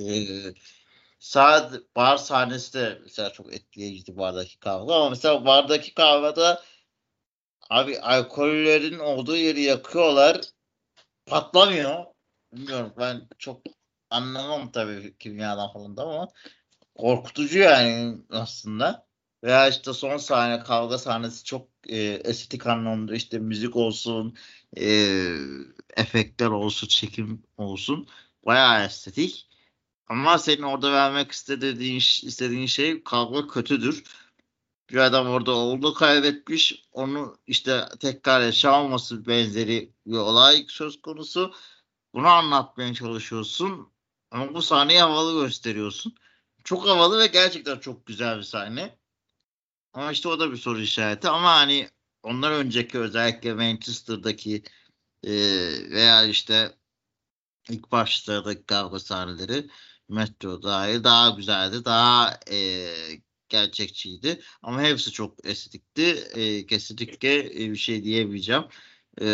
Bar sahnesi de mesela çok etkileyiciydi bardaki kavga. Ama mesela bardaki kavgada abi alkollerin olduğu yeri yakıyorlar. Patlamıyor. Bilmiyorum, ben çok anlamam tabii kimyadan falan da ama korkutucu yani aslında. Veya işte son sahne kavga sahnesi çok estetik anlamda, işte müzik olsun, e, efektler olsun, çekim olsun, bayağı estetik. Ama senin orada vermek istediğin şey kavga kötüdür. Bir adam orada oğlunu kaybetmiş. Onu işte tekrar yaşamaması benzeri bir olay söz konusu. Bunu anlatmaya çalışıyorsun. Ama bu sahneyi havalı gösteriyorsun. Çok havalı ve gerçekten çok güzel bir sahne. Ama işte o da bir soru işareti. Ama hani ondan önceki özellikle Manchester'daki e, veya işte ilk başlardaki kavga sahneleri Metro dahil daha güzeldi. Daha gerçekçiydi. Ama hepsi çok estetikti. Kesinlikle bir şey diyemeyeceğim. E,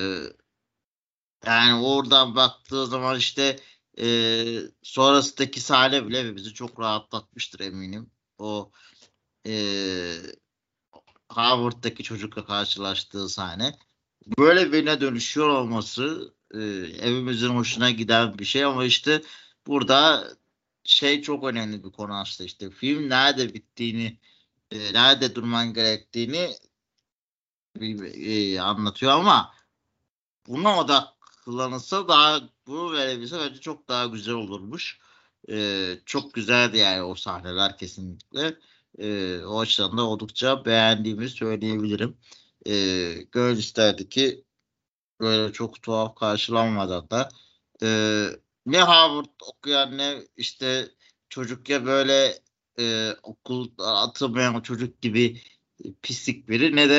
Yani oradan baktığı zaman işte sonrasındaki sahne bile bizi çok rahatlatmıştır eminim. O e, Harvard'daki çocukla karşılaştığı sahne. Böyle birine dönüşüyor olması evimizin hoşuna giden bir şey ama işte burada şey çok önemli bir konu aslında, işte film nerede bittiğini, nerede durman gerektiğini anlatıyor ama buna odaklanırsa daha, bunu verebilse bence çok daha güzel olurmuş. Çok güzeldi yani o sahneler kesinlikle. O açıdan da oldukça beğendiğimi söyleyebilirim. Gönül isterdi ki böyle çok tuhaf karşılanmadan da ne Harvard okuyan ne işte çocuk ya böyle okul atılmayan çocuk gibi pislik biri, ne de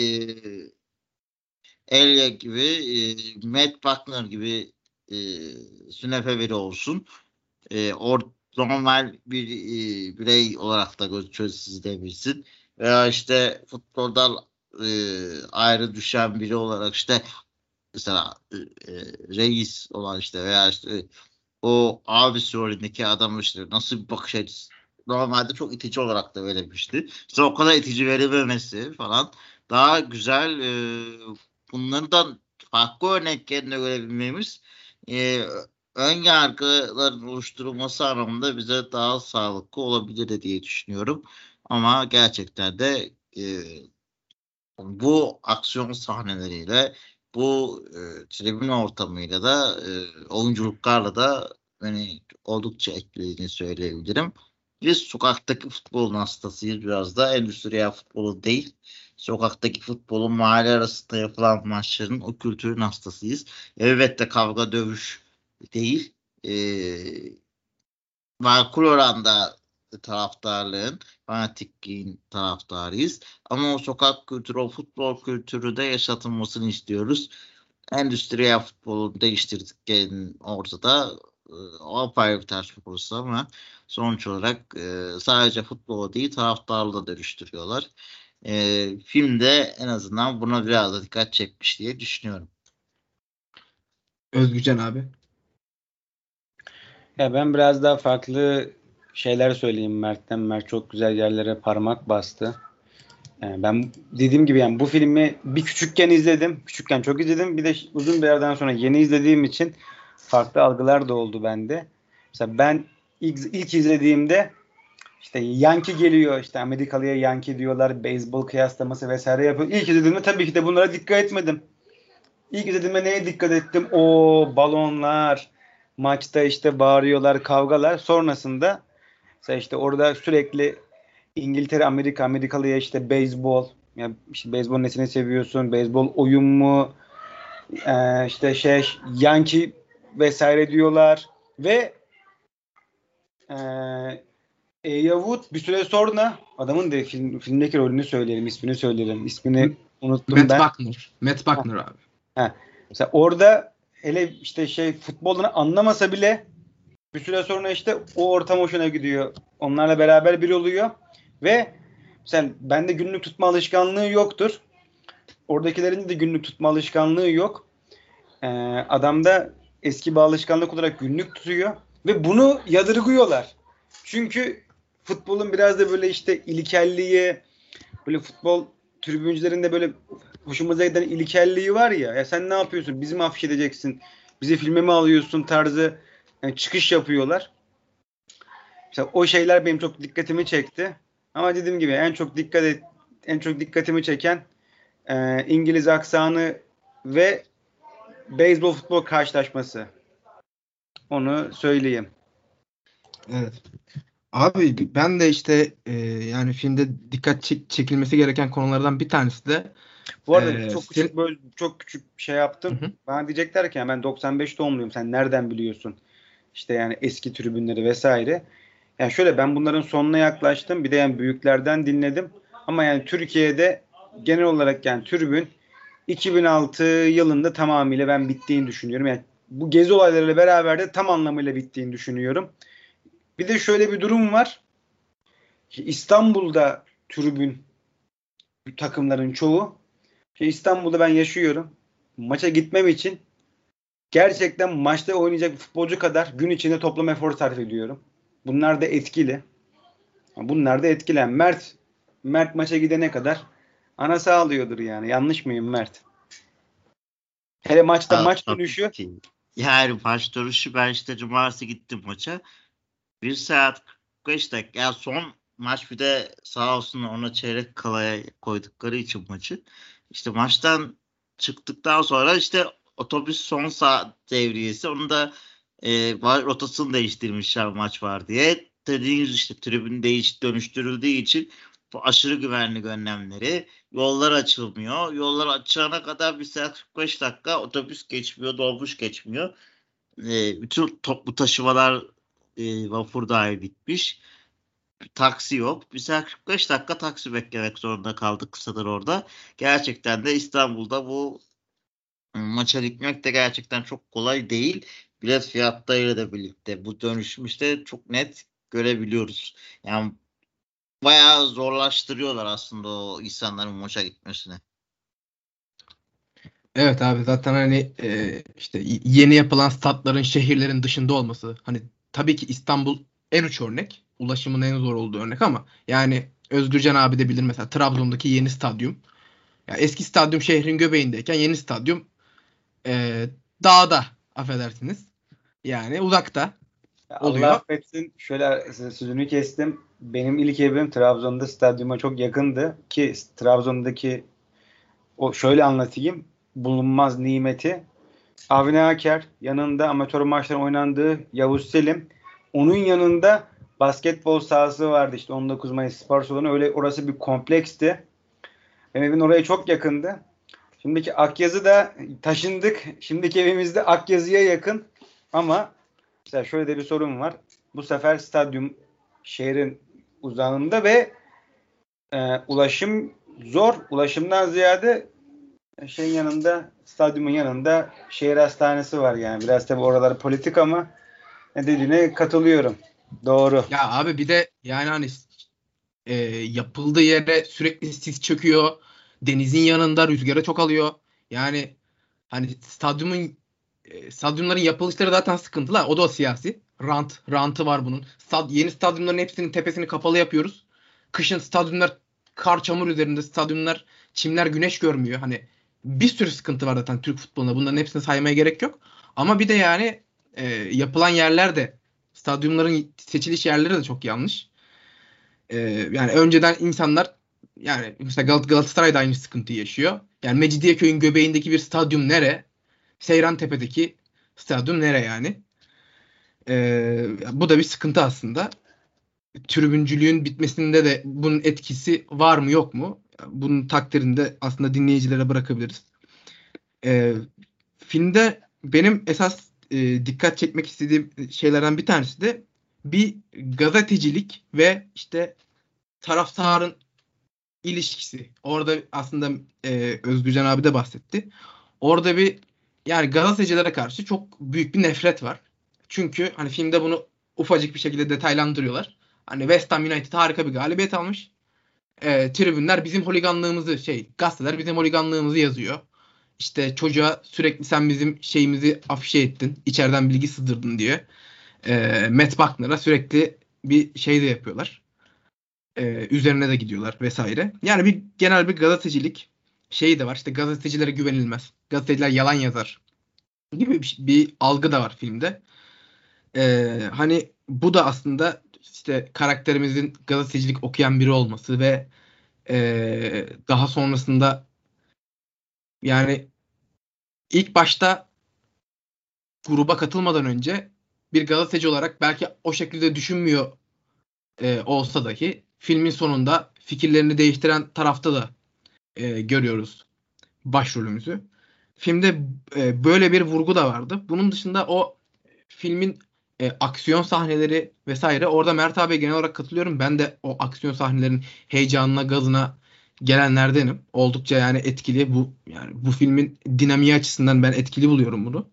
Elia gibi, Matt Buckner gibi sünepe biri olsun. Or Normal bir birey olarak da çözülebilsin. Veya işte futboldan ayrı düşen biri olarak işte mesela reis olan işte veya işte o abisi rolündeki adam işte nasıl bir bakış açısı. Normalde çok itici olarak da verilmişti. İşte o kadar itici verilmemesi falan daha güzel, bunlardan farklı örneklerini görebilmemiz e, ön yargıların oluşturulması anlamında bize daha sağlıklı olabilir diye düşünüyorum. Ama gerçekten de bu aksiyon sahneleriyle, bu tribün ortamıyla da oyunculuklarla da beni oldukça etkilediğini söyleyebilirim. Biz sokaktaki futbolun hastasıyız biraz da. Endüstriyel futbolu değil. Sokaktaki futbolun, mahalle arasında yapılan maçların, o kültürün hastasıyız. Elbette kavga dövüş değil. E, Makul oranda taraftarlığın, fanatikliğin taraftarıyız. Ama o sokak kültürü, o futbol kültürü de yaşatılmasını istiyoruz. Endüstriyel futbolu değiştirdiklerinin ortada o apayrı bir tartışma konusu ama sonuç olarak sadece futbolu değil taraftarlığı da dönüştürüyorlar. Filmde en azından buna biraz da dikkat çekmiş diye düşünüyorum. Özgücan abi. Ya ben biraz daha farklı şeyler söyleyeyim Mert'ten. Mert çok güzel yerlere parmak bastı. Yani ben dediğim gibi yani bu filmi bir küçükken izledim. Küçükken çok izledim. Bir de uzun bir yerden sonra yeni izlediğim için farklı algılar da oldu bende. Mesela ben ilk izlediğimde işte Yankee geliyor, işte Amerikalı'ya Yankee diyorlar, beyzbol kıyaslaması vesaire yapıyor. İlk izlediğimde tabii ki de bunlara dikkat etmedim. İlk izlediğimde neye dikkat ettim? O balonlar, maçta işte bağırıyorlar, kavgalar. Sonrasında mesela işte orada sürekli İngiltere, Amerikalıya işte beyzbol. Yani işte beyzbol nesini seviyorsun? Beyzbol oyun mu? İşte Yankee vesaire diyorlar. Ve Elijah Wood bir süre sonra adamın da filmdeki rolünü söyleyelim, ismini söyleyelim. İsmini unuttum Matt ben. Buckner. Matt Buckner abi. Mesela orada hele işte futbolunu anlamasa bile bir süre sonra işte o ortam hoşuna gidiyor. Onlarla beraber bir oluyor ve mesela bende günlük tutma alışkanlığı yoktur. Oradakilerin de günlük tutma alışkanlığı yok. Adamda eski bir alışkanlık olarak günlük tutuyor ve bunu yadırgıyorlar. Çünkü futbolun biraz da böyle işte ilkelliği, böyle futbol tribüncülerinde böyle hoşumuza giden ilkelliği var ya. Ya sen ne yapıyorsun? Bizi mi afişe edeceksin? Bizi filme mi alıyorsun tarzı çıkış yapıyorlar. Mesela o şeyler benim çok dikkatimi çekti. Ama dediğim gibi en çok dikkatimi çeken İngiliz aksanı ve beyzbol futbol karşılaşması. Onu söyleyeyim. Evet. Abi ben de işte yani filmde dikkat çekilmesi gereken konulardan bir tanesi de Bu arada çok küçük bir şey yaptım. Hı hı. Bana diyecekler ki ben 95 doğumluyum. Sen nereden biliyorsun? İşte yani eski tribünleri vesaire. Yani şöyle ben bunların sonuna yaklaştım. Bir de yani büyüklerden dinledim. Ama yani Türkiye'de genel olarak yani tribün 2006 yılında tamamıyla ben bittiğini düşünüyorum. Yani bu gezi olaylarıyla beraber de tam anlamıyla bittiğini düşünüyorum. Bir de şöyle bir durum var. İstanbul'da tribün takımların çoğu. İstanbul'da ben yaşıyorum. Maça gitmem için gerçekten maçta oynayacak futbolcu kadar gün içinde toplam efor sarf ediyorum. Bunlar da etkili. Mert maça gidene kadar ana sağlıyordur yani. Yanlış mıyım Mert? Hele maçta maç Tabii dönüşü ki. Yani maç dönüşü ben işte cumartesi gittim maça. 1 saat 45 dakika. Ya son maç bir de sağ olsun ona çeyrek kalaya koydukları için maçı. İşte maçtan çıktıktan sonra işte otobüs son saat devriyesi. Onu da rotasını değiştirmişler maç var diye. Dediğiniz işte tribün dönüştürüldüğü için bu aşırı güvenlik önlemleri. Yollar açılmıyor. Yollar açılana kadar 1 saat 45 dakika otobüs geçmiyor, dolmuş geçmiyor. Bütün toplu taşımalar vapur dahil bitmiş. Taksi yok. Biz 45 dakika taksi beklemek zorunda kaldık kısadır orada. Gerçekten de İstanbul'da bu maça gitmek de gerçekten çok kolay değil. Bilet fiyatlarıyla da birlikte bu dönüşüm işte çok net görebiliyoruz. Yani bayağı zorlaştırıyorlar aslında o insanların maça gitmesini. Evet abi zaten hani işte yeni yapılan statların şehirlerin dışında olması hani tabii ki İstanbul en uç örnek. Ulaşımın en zor olduğu örnek ama yani Özgürcan abi de bilir mesela Trabzon'daki yeni stadyum. Ya eski stadyum şehrin göbeğindeyken yeni stadyum e, dağda affedersiniz. Yani uzakta Allah oluyor. affetsin. Şöyle sözünü kestim. Benim ilk evim Trabzon'da stadyuma çok yakındı ki Trabzon'daki o şöyle anlatayım. Bulunmaz nimeti. Avni Aker yanında amatör maçların oynandığı Yavuz Selim. Onun yanında basketbol sahası vardı işte 19 Mayıs spor salonu. Öyle orası bir kompleksti. Benim evim oraya çok yakındı. Şimdiki Akyazı'da taşındık. Şimdiki evimizde Akyazı'ya yakın. Ama mesela şöyle de bir sorun var. Bu sefer stadyum şehrin uzağında ve ulaşım zor. Ulaşımdan ziyade stadyumun yanında şehir hastanesi var yani. Biraz tabii oralar politik ama ne dediğine katılıyorum. Doğru. Ya abi bir de yani hani yapıldığı yere sürekli sis çöküyor. Denizin yanında rüzgara çok alıyor. Yani hani stadyumların yapılışları zaten sıkıntılı. O da siyasi. Rantı var bunun. Yeni stadyumların hepsinin tepesini kapalı yapıyoruz. Kışın stadyumlar kar çamur üzerinde stadyumlar çimler güneş görmüyor. Hani bir sürü sıkıntı var zaten Türk futbolunda. Bunların hepsini saymaya gerek yok. Ama bir de yani yapılan yerler de stadyumların seçiliş yerleri de çok yanlış. Yani önceden insanlar yani mesela Galatasaray da aynı sıkıntıyı yaşıyor. Yani Mecidiyeköy'ün göbeğindeki bir stadyum nere? Seyrantepe'deki stadyum nere yani? Bu da bir sıkıntı aslında. Tribüncülüğün bitmesinde de bunun etkisi var mı yok mu? Bunun takdirini de aslında dinleyicilere bırakabiliriz. Ee, Filmde benim esas dikkat çekmek istediğim şeylerden bir tanesi de bir gazetecilik ve işte taraftarın ilişkisi. Orada aslında Özgürcan abi de bahsetti. Orada bir yani gazetecilere karşı çok büyük bir nefret var. Çünkü hani filmde bunu ufacık bir şekilde detaylandırıyorlar. Hani West Ham United harika bir galibiyet almış. Tribünler bizim holiganlığımızı gazeteler bizim holiganlığımızı yazıyor. İşte çocuğa sürekli sen bizim şeyimizi afişe ettin. İçeriden bilgi sızdırdın diye. Matt Buckner'a sürekli bir şey de yapıyorlar. Üzerine de gidiyorlar vesaire. Yani bir genel bir gazetecilik şeyi de var. İşte gazetecilere güvenilmez. Gazeteciler yalan yazar gibi bir algı da var filmde. Hani bu da aslında işte karakterimizin gazetecilik okuyan biri olması ve daha sonrasında yani ilk başta gruba katılmadan önce bir gazeteci olarak belki o şekilde düşünmüyor olsa dahi filmin sonunda fikirlerini değiştiren tarafta da görüyoruz başrolümüzü. Filmde böyle bir vurgu da vardı. Bunun dışında o filmin aksiyon sahneleri vesaire orada Mert abi genel olarak katılıyorum. Ben de o aksiyon sahnelerin heyecanına, gazına gelenlerdenim. Oldukça yani etkili bu filmin dinamiği açısından ben etkili buluyorum bunu.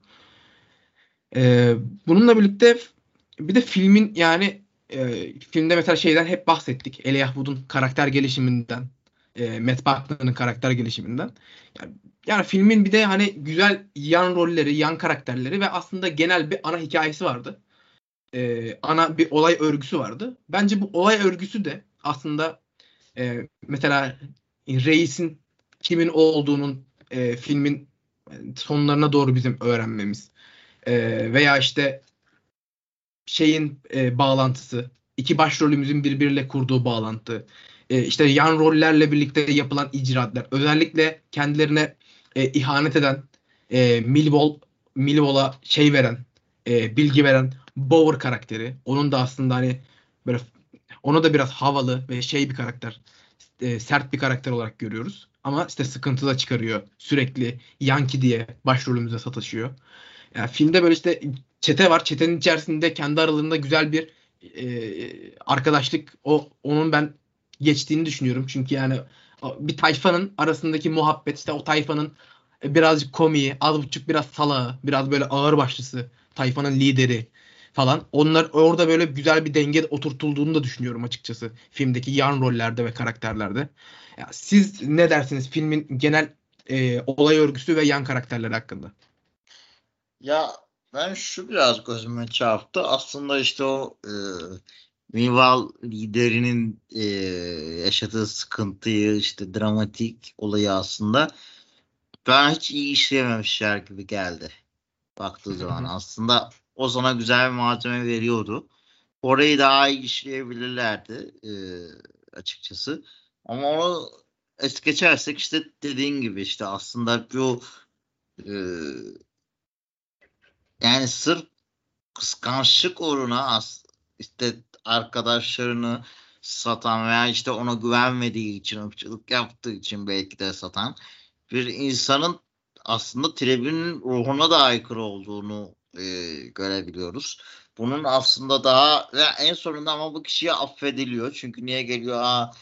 Bununla birlikte bir de filmin yani filmde mesela şeyden hep bahsettik. Elijah Wood'un karakter gelişiminden, Matt Buckner'ın karakter gelişiminden. Yani, yani filmin bir de hani güzel yan rolleri, yan karakterleri ve aslında genel bir ana hikayesi vardı. Ana bir olay örgüsü vardı. Bence bu olay örgüsü de aslında mesela reisin kimin olduğunun filmin sonlarına doğru bizim öğrenmemiz. Veya işte şeyin bağlantısı, iki başrolümüzün birbiriyle kurduğu bağlantı, işte yan rollerle birlikte yapılan icraatlar, özellikle kendilerine ihanet eden, Millwall'a şey veren, bilgi veren Bower karakteri. Onun da aslında hani böyle onu da biraz havalı ve şey bir karakter, sert bir karakter olarak görüyoruz. Ama işte sıkıntı da çıkarıyor. Sürekli Yankee diye başrolümüze sataşıyor. Yani filmde böyle işte çete var. Çetenin içerisinde kendi aralarında güzel bir arkadaşlık onun ben geçtiğini düşünüyorum. Çünkü yani bir tayfanın arasındaki muhabbet işte o tayfanın birazcık komiği, az buçuk biraz salağı, biraz böyle ağırbaşlısı, tayfanın lideri falan. Onlar orada böyle güzel bir denge oturtulduğunu da düşünüyorum açıkçası. Filmdeki yan rollerde ve karakterlerde. Ya, siz ne dersiniz filmin genel olay örgüsü ve yan karakterleri hakkında? Ya ben şu biraz gözüme çarptı. Aslında işte o Mival liderinin yaşadığı sıkıntıyı işte dramatik olayı aslında ben hiç iyi işleyememişler gibi geldi. Baktığı zaman aslında o sana güzel bir malzeme veriyordu. Orayı daha iyi işleyebilirlerdi açıkçası. Ama onu es geçersek işte dediğin gibi işte aslında bu e, yani sırf kıskançlık uğruna işte arkadaşlarını satan veya işte ona güvenmediği için ırkçılık yaptığı için belki de satan bir insanın aslında tribünün ruhuna da aykırı olduğunu görebiliyoruz. Bunun aslında daha ve en sonunda ama bu kişiye affediliyor. Çünkü niye geliyor?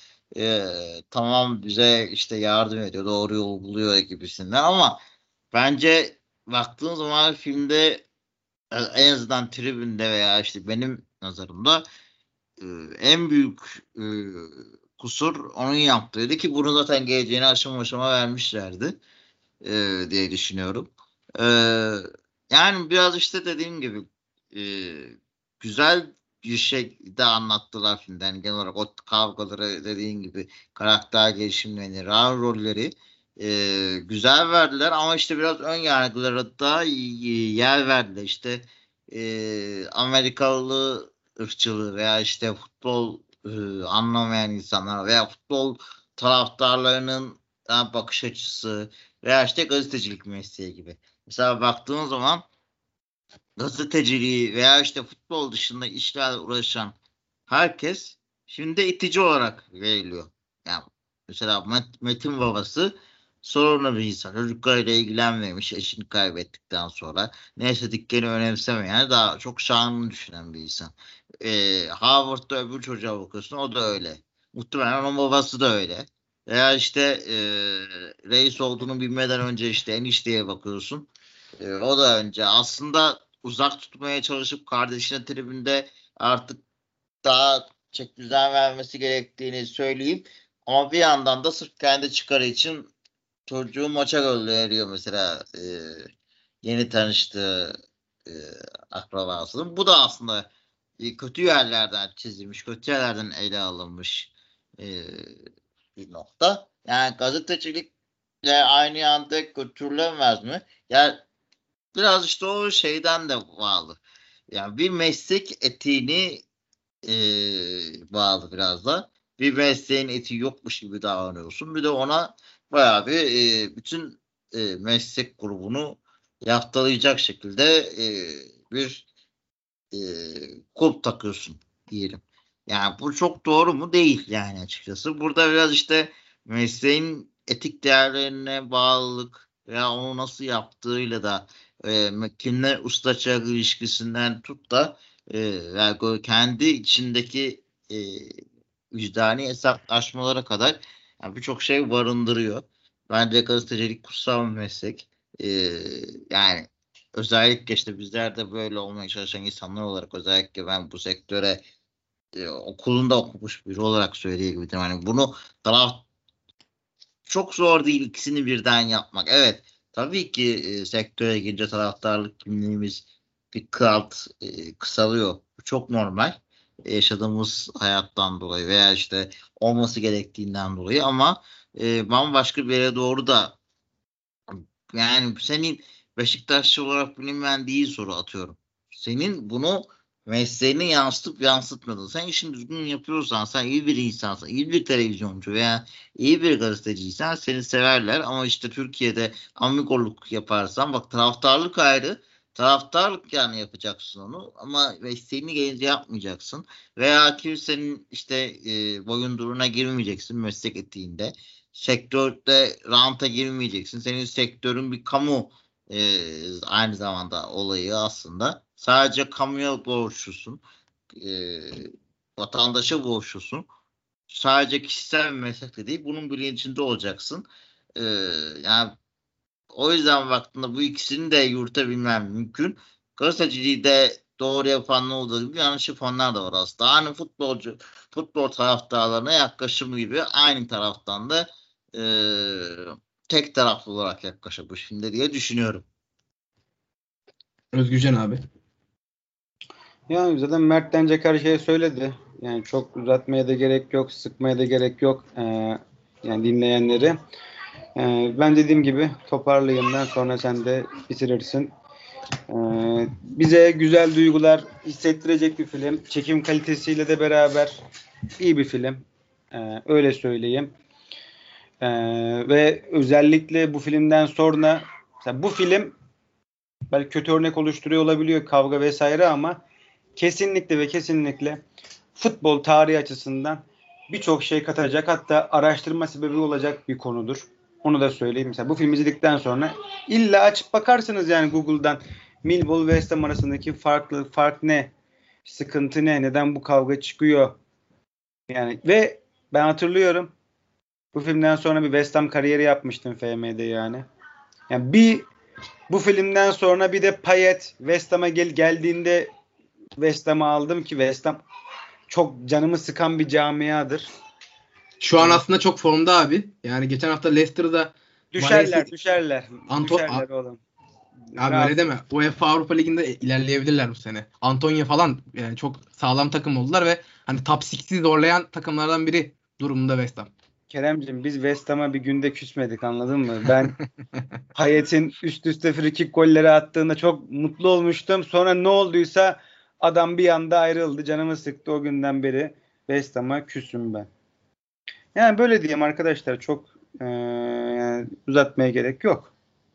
Tamam bize işte yardım ediyor, doğru yolu buluyor gibisinden ama bence baktığın zaman filmde en azından tribünde veya işte benim nazarımda e, en büyük kusur onun yaptığıydı ki bunu zaten geleceğini aşama aşama vermişlerdi diye düşünüyorum. E, Yani biraz işte dediğim gibi e, güzel bir şekilde anlattılar filmden. Yani genel olarak o kavgaları dediğin gibi karakter gelişimlerini, rolleri güzel verdiler ama işte biraz ön yargılara da yer verdiler. İşte Amerikalı ırkçılığı veya işte futbol anlamayan insanlar veya futbol taraftarlarının bakış açısı veya işte gazetecilik mesleği gibi. Mesela baktığın zaman gazeteciliği veya işte futbol dışında işlerle uğraşan herkes şimdi itici olarak veriliyor. Yani mesela Metin babası sorunlu bir insan. Çocuklarıyla ilgilenmemiş eşini kaybettikten sonra. Neyse dikkeni önemsemeyen daha çok şanını düşünen bir insan. Harvard'da öbür çocuğa bakıyorsun, o da öyle. Muhtemelen onun babası da öyle. Veya işte reis olduğunu bilmeden önce işte enişteye bakıyorsun. O da önce aslında uzak tutmaya çalışıp kardeşine tribünde artık daha çok düzen vermesi gerektiğini söyleyeyim. Ama bir yandan da sırf kendi çıkarı için çocuğu maça gönderiyor mesela yeni tanıştığı e, akrabasının. Bu da aslında kötü yerlerden çizilmiş, kötü yerlerden ele alınmış e, bir nokta. Yani gazetecilikle aynı anda götürülemez mi? Yani biraz işte o şeyden de bağlı. Yani bir meslek etiğini bağlı biraz da. Bir mesleğin etiği yokmuş gibi davranıyorsun. Bir de ona bayağı bir bütün meslek grubunu yaftalayacak şekilde bir e, kulp takıyorsun diyelim. Yani bu çok doğru mu? Değil yani açıkçası. Burada biraz işte mesleğin etik değerlerine bağlılık veya onu nasıl yaptığıyla da kimle usta çırak ilişkisinden tut da yani kendi içindeki vicdani hesaplaşmalara kadar yani birçok şey barındırıyor. Bence gazetecilik kutsal bir meslek. E, Yani özellikle işte bizler de böyle olmaya çalışan insanlar olarak, özellikle ben bu sektöre okulunda okumuş biri olarak söyleyebilirim. Hani bunu taraf çok zor değil ikisini birden yapmak. Evet, tabii ki sektöre girince taraftarlık kimliğimiz bir kısalıyor. Bu çok normal. Yaşadığımız hayattan dolayı veya işte olması gerektiğinden dolayı, ama bambaşka bir yere doğru da, yani senin Beşiktaşlı olarak bilinmeyen soru atıyorum. Senin bunu mesleğine yansıtıp yansıtmadın. Sen işini düzgün yapıyorsan, sen iyi bir insansan, iyi bir televizyoncu veya iyi bir gazeteciysen seni severler. Ama işte Türkiye'de amigoluk yaparsan, bak, taraftarlık ayrı. Taraftarlık yani yapacaksın onu, ama mesleğini gelince yapmayacaksın. Veya kimsenin işte boyunduruğuna girmeyeceksin meslek etiğinde. Sektörde ranta girmeyeceksin. Senin sektörün bir kamu aynı zamanda olayı aslında. Sadece kamuya borçlusun. E, Vatandaşa borçlusun. Sadece kişisel bir meslek de değil. Bunun bilincinde olacaksın. E, Yani o yüzden baktığında bu ikisini de yürütebilmem mümkün. Gazeteciliği de doğru yapanlar olduğu gibi yanlış yapanlar da var aslında. Hani futbol taraftarlarına yaklaşım gibi aynı taraftan da e, tek taraflı olarak yaklaşıyor şimdi diye düşünüyorum. Özgürcan abi. Yani zaten Mert Dencek her şeyi söyledi. Yani çok uzatmaya da gerek yok, sıkmaya da gerek yok yani dinleyenleri. Ben dediğim gibi toparlayayım, ben sonra sen de bitirirsin. Bize güzel duygular hissettirecek bir film. Çekim kalitesiyle de beraber iyi bir film. Öyle söyleyeyim. Ve özellikle bu filmden sonra, mesela bu film belki kötü örnek oluşturuyor olabiliyor, kavga vesaire, ama kesinlikle ve kesinlikle futbol tarihi açısından birçok şey katacak, hatta araştırma sebebi olacak bir konudur. Onu da söyleyeyim. Mesela bu filmi izledikten sonra illa açıp bakarsınız yani Google'dan, Millwall ve West Ham arasındaki fark ne? Sıkıntı ne? Neden bu kavga çıkıyor? Yani ve ben hatırlıyorum, bu filmden sonra bir West Ham kariyeri yapmıştım FM'de yani. Yani bu filmden sonra bir de Payet West Ham'a geldiğinde West Ham'ı aldım ki West Ham çok canımı sıkan bir camiadır. Şu an aslında çok formda abi. Yani geçen hafta Leicester'da Düşerler oğlum. Abi Rahat. öyle deme. UEFA Avrupa Ligi'nde ilerleyebilirler bu sene. Antalya falan yani çok sağlam takım oldular ve hani top 6'i zorlayan takımlardan biri durumunda West Ham. Keremciğim, biz West Ham'a bir günde küsmedik, anladın mı? Ben Payet'in üst üste frikik golleri attığında çok mutlu olmuştum. Sonra ne olduysa adam bir anda ayrıldı. Canımı sıktı, o günden beri West Ham'a küsüm ben. Yani böyle diyeyim arkadaşlar, çok yani uzatmaya gerek yok.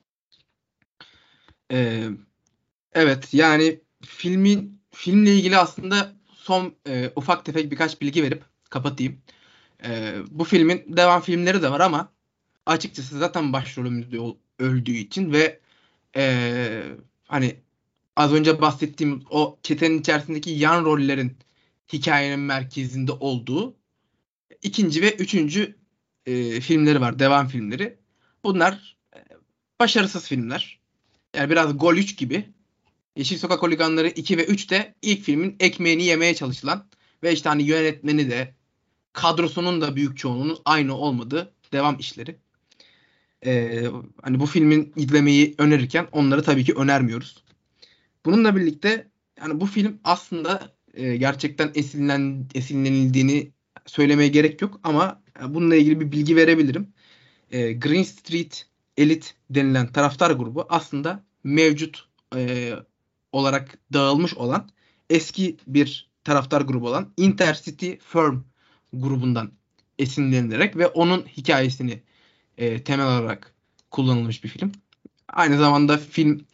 Evet yani filmle ilgili aslında son ufak tefek birkaç bilgi verip kapatayım. Bu filmin devam filmleri de var ama açıkçası zaten başrolümüz de öldüğü için ve hani az önce bahsettiğim o çetenin içerisindeki yan rollerin hikayenin merkezinde olduğu ikinci ve üçüncü filmleri var. Devam filmleri. Bunlar başarısız filmler. Yani biraz Gol 3 gibi. Yeşil Sokak Holiganları 2 ve 3 de ilk filmin ekmeğini yemeye çalışılan ve işte hani yönetmeni de kadrosunun da büyük çoğunluğunun aynı olmadığı devam işleri. Hani bu filmin izlemeyi önerirken onları tabii ki önermiyoruz. Bununla birlikte yani bu film aslında gerçekten esinlenildiğini söylemeye gerek yok ama bununla ilgili bir bilgi verebilirim. Green Street Elite denilen taraftar grubu aslında mevcut olarak dağılmış olan eski bir taraftar grubu olan Intercity Firm grubundan esinlenilerek ve onun hikayesini temel olarak kullanılmış bir film. Aynı zamanda film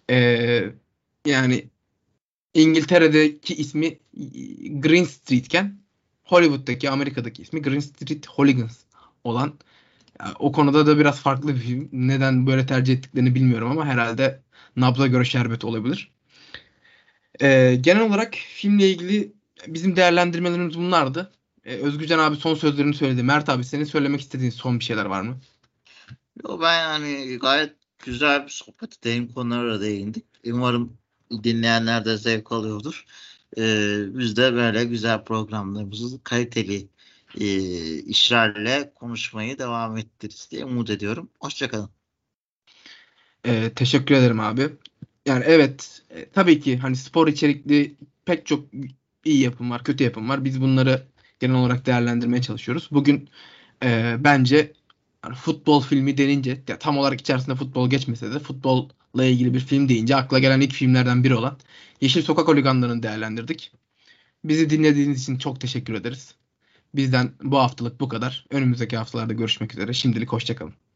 yani İngiltere'deki ismi Green Street'ken Hollywood'daki Amerika'daki ismi Green Street Hooligans olan o konuda da biraz farklı bir film. Neden böyle tercih ettiklerini bilmiyorum ama herhalde nabza göre şerbet olabilir. Genel olarak filmle ilgili bizim değerlendirmelerimiz bunlardı. Özgürcan abi son sözlerini söyledi. Mert abi senin söylemek istediğin son bir şeyler var mı? Yo, ben yani gayet güzel bir sohbet, derin konulara değindik. Umarım dinleyenler de zevk alıyordur. Biz de böyle güzel programlarımızı kaliteli işlerle konuşmayı devam ettiririz diye umut ediyorum. Hoşçakalın. Teşekkür ederim abi. Yani evet tabii ki hani spor içerikli pek çok iyi yapım var, kötü yapım var. Biz bunları genel olarak değerlendirmeye çalışıyoruz. Bugün bence yani futbol filmi denince ya tam olarak içerisinde futbol geçmese de futbolla ilgili bir film deyince akla gelen ilk filmlerden biri olan Yeşil Sokak Holiganları'nı değerlendirdik. Bizi dinlediğiniz için çok teşekkür ederiz. Bizden bu haftalık bu kadar. Önümüzdeki haftalarda görüşmek üzere. Şimdilik hoşça kalın.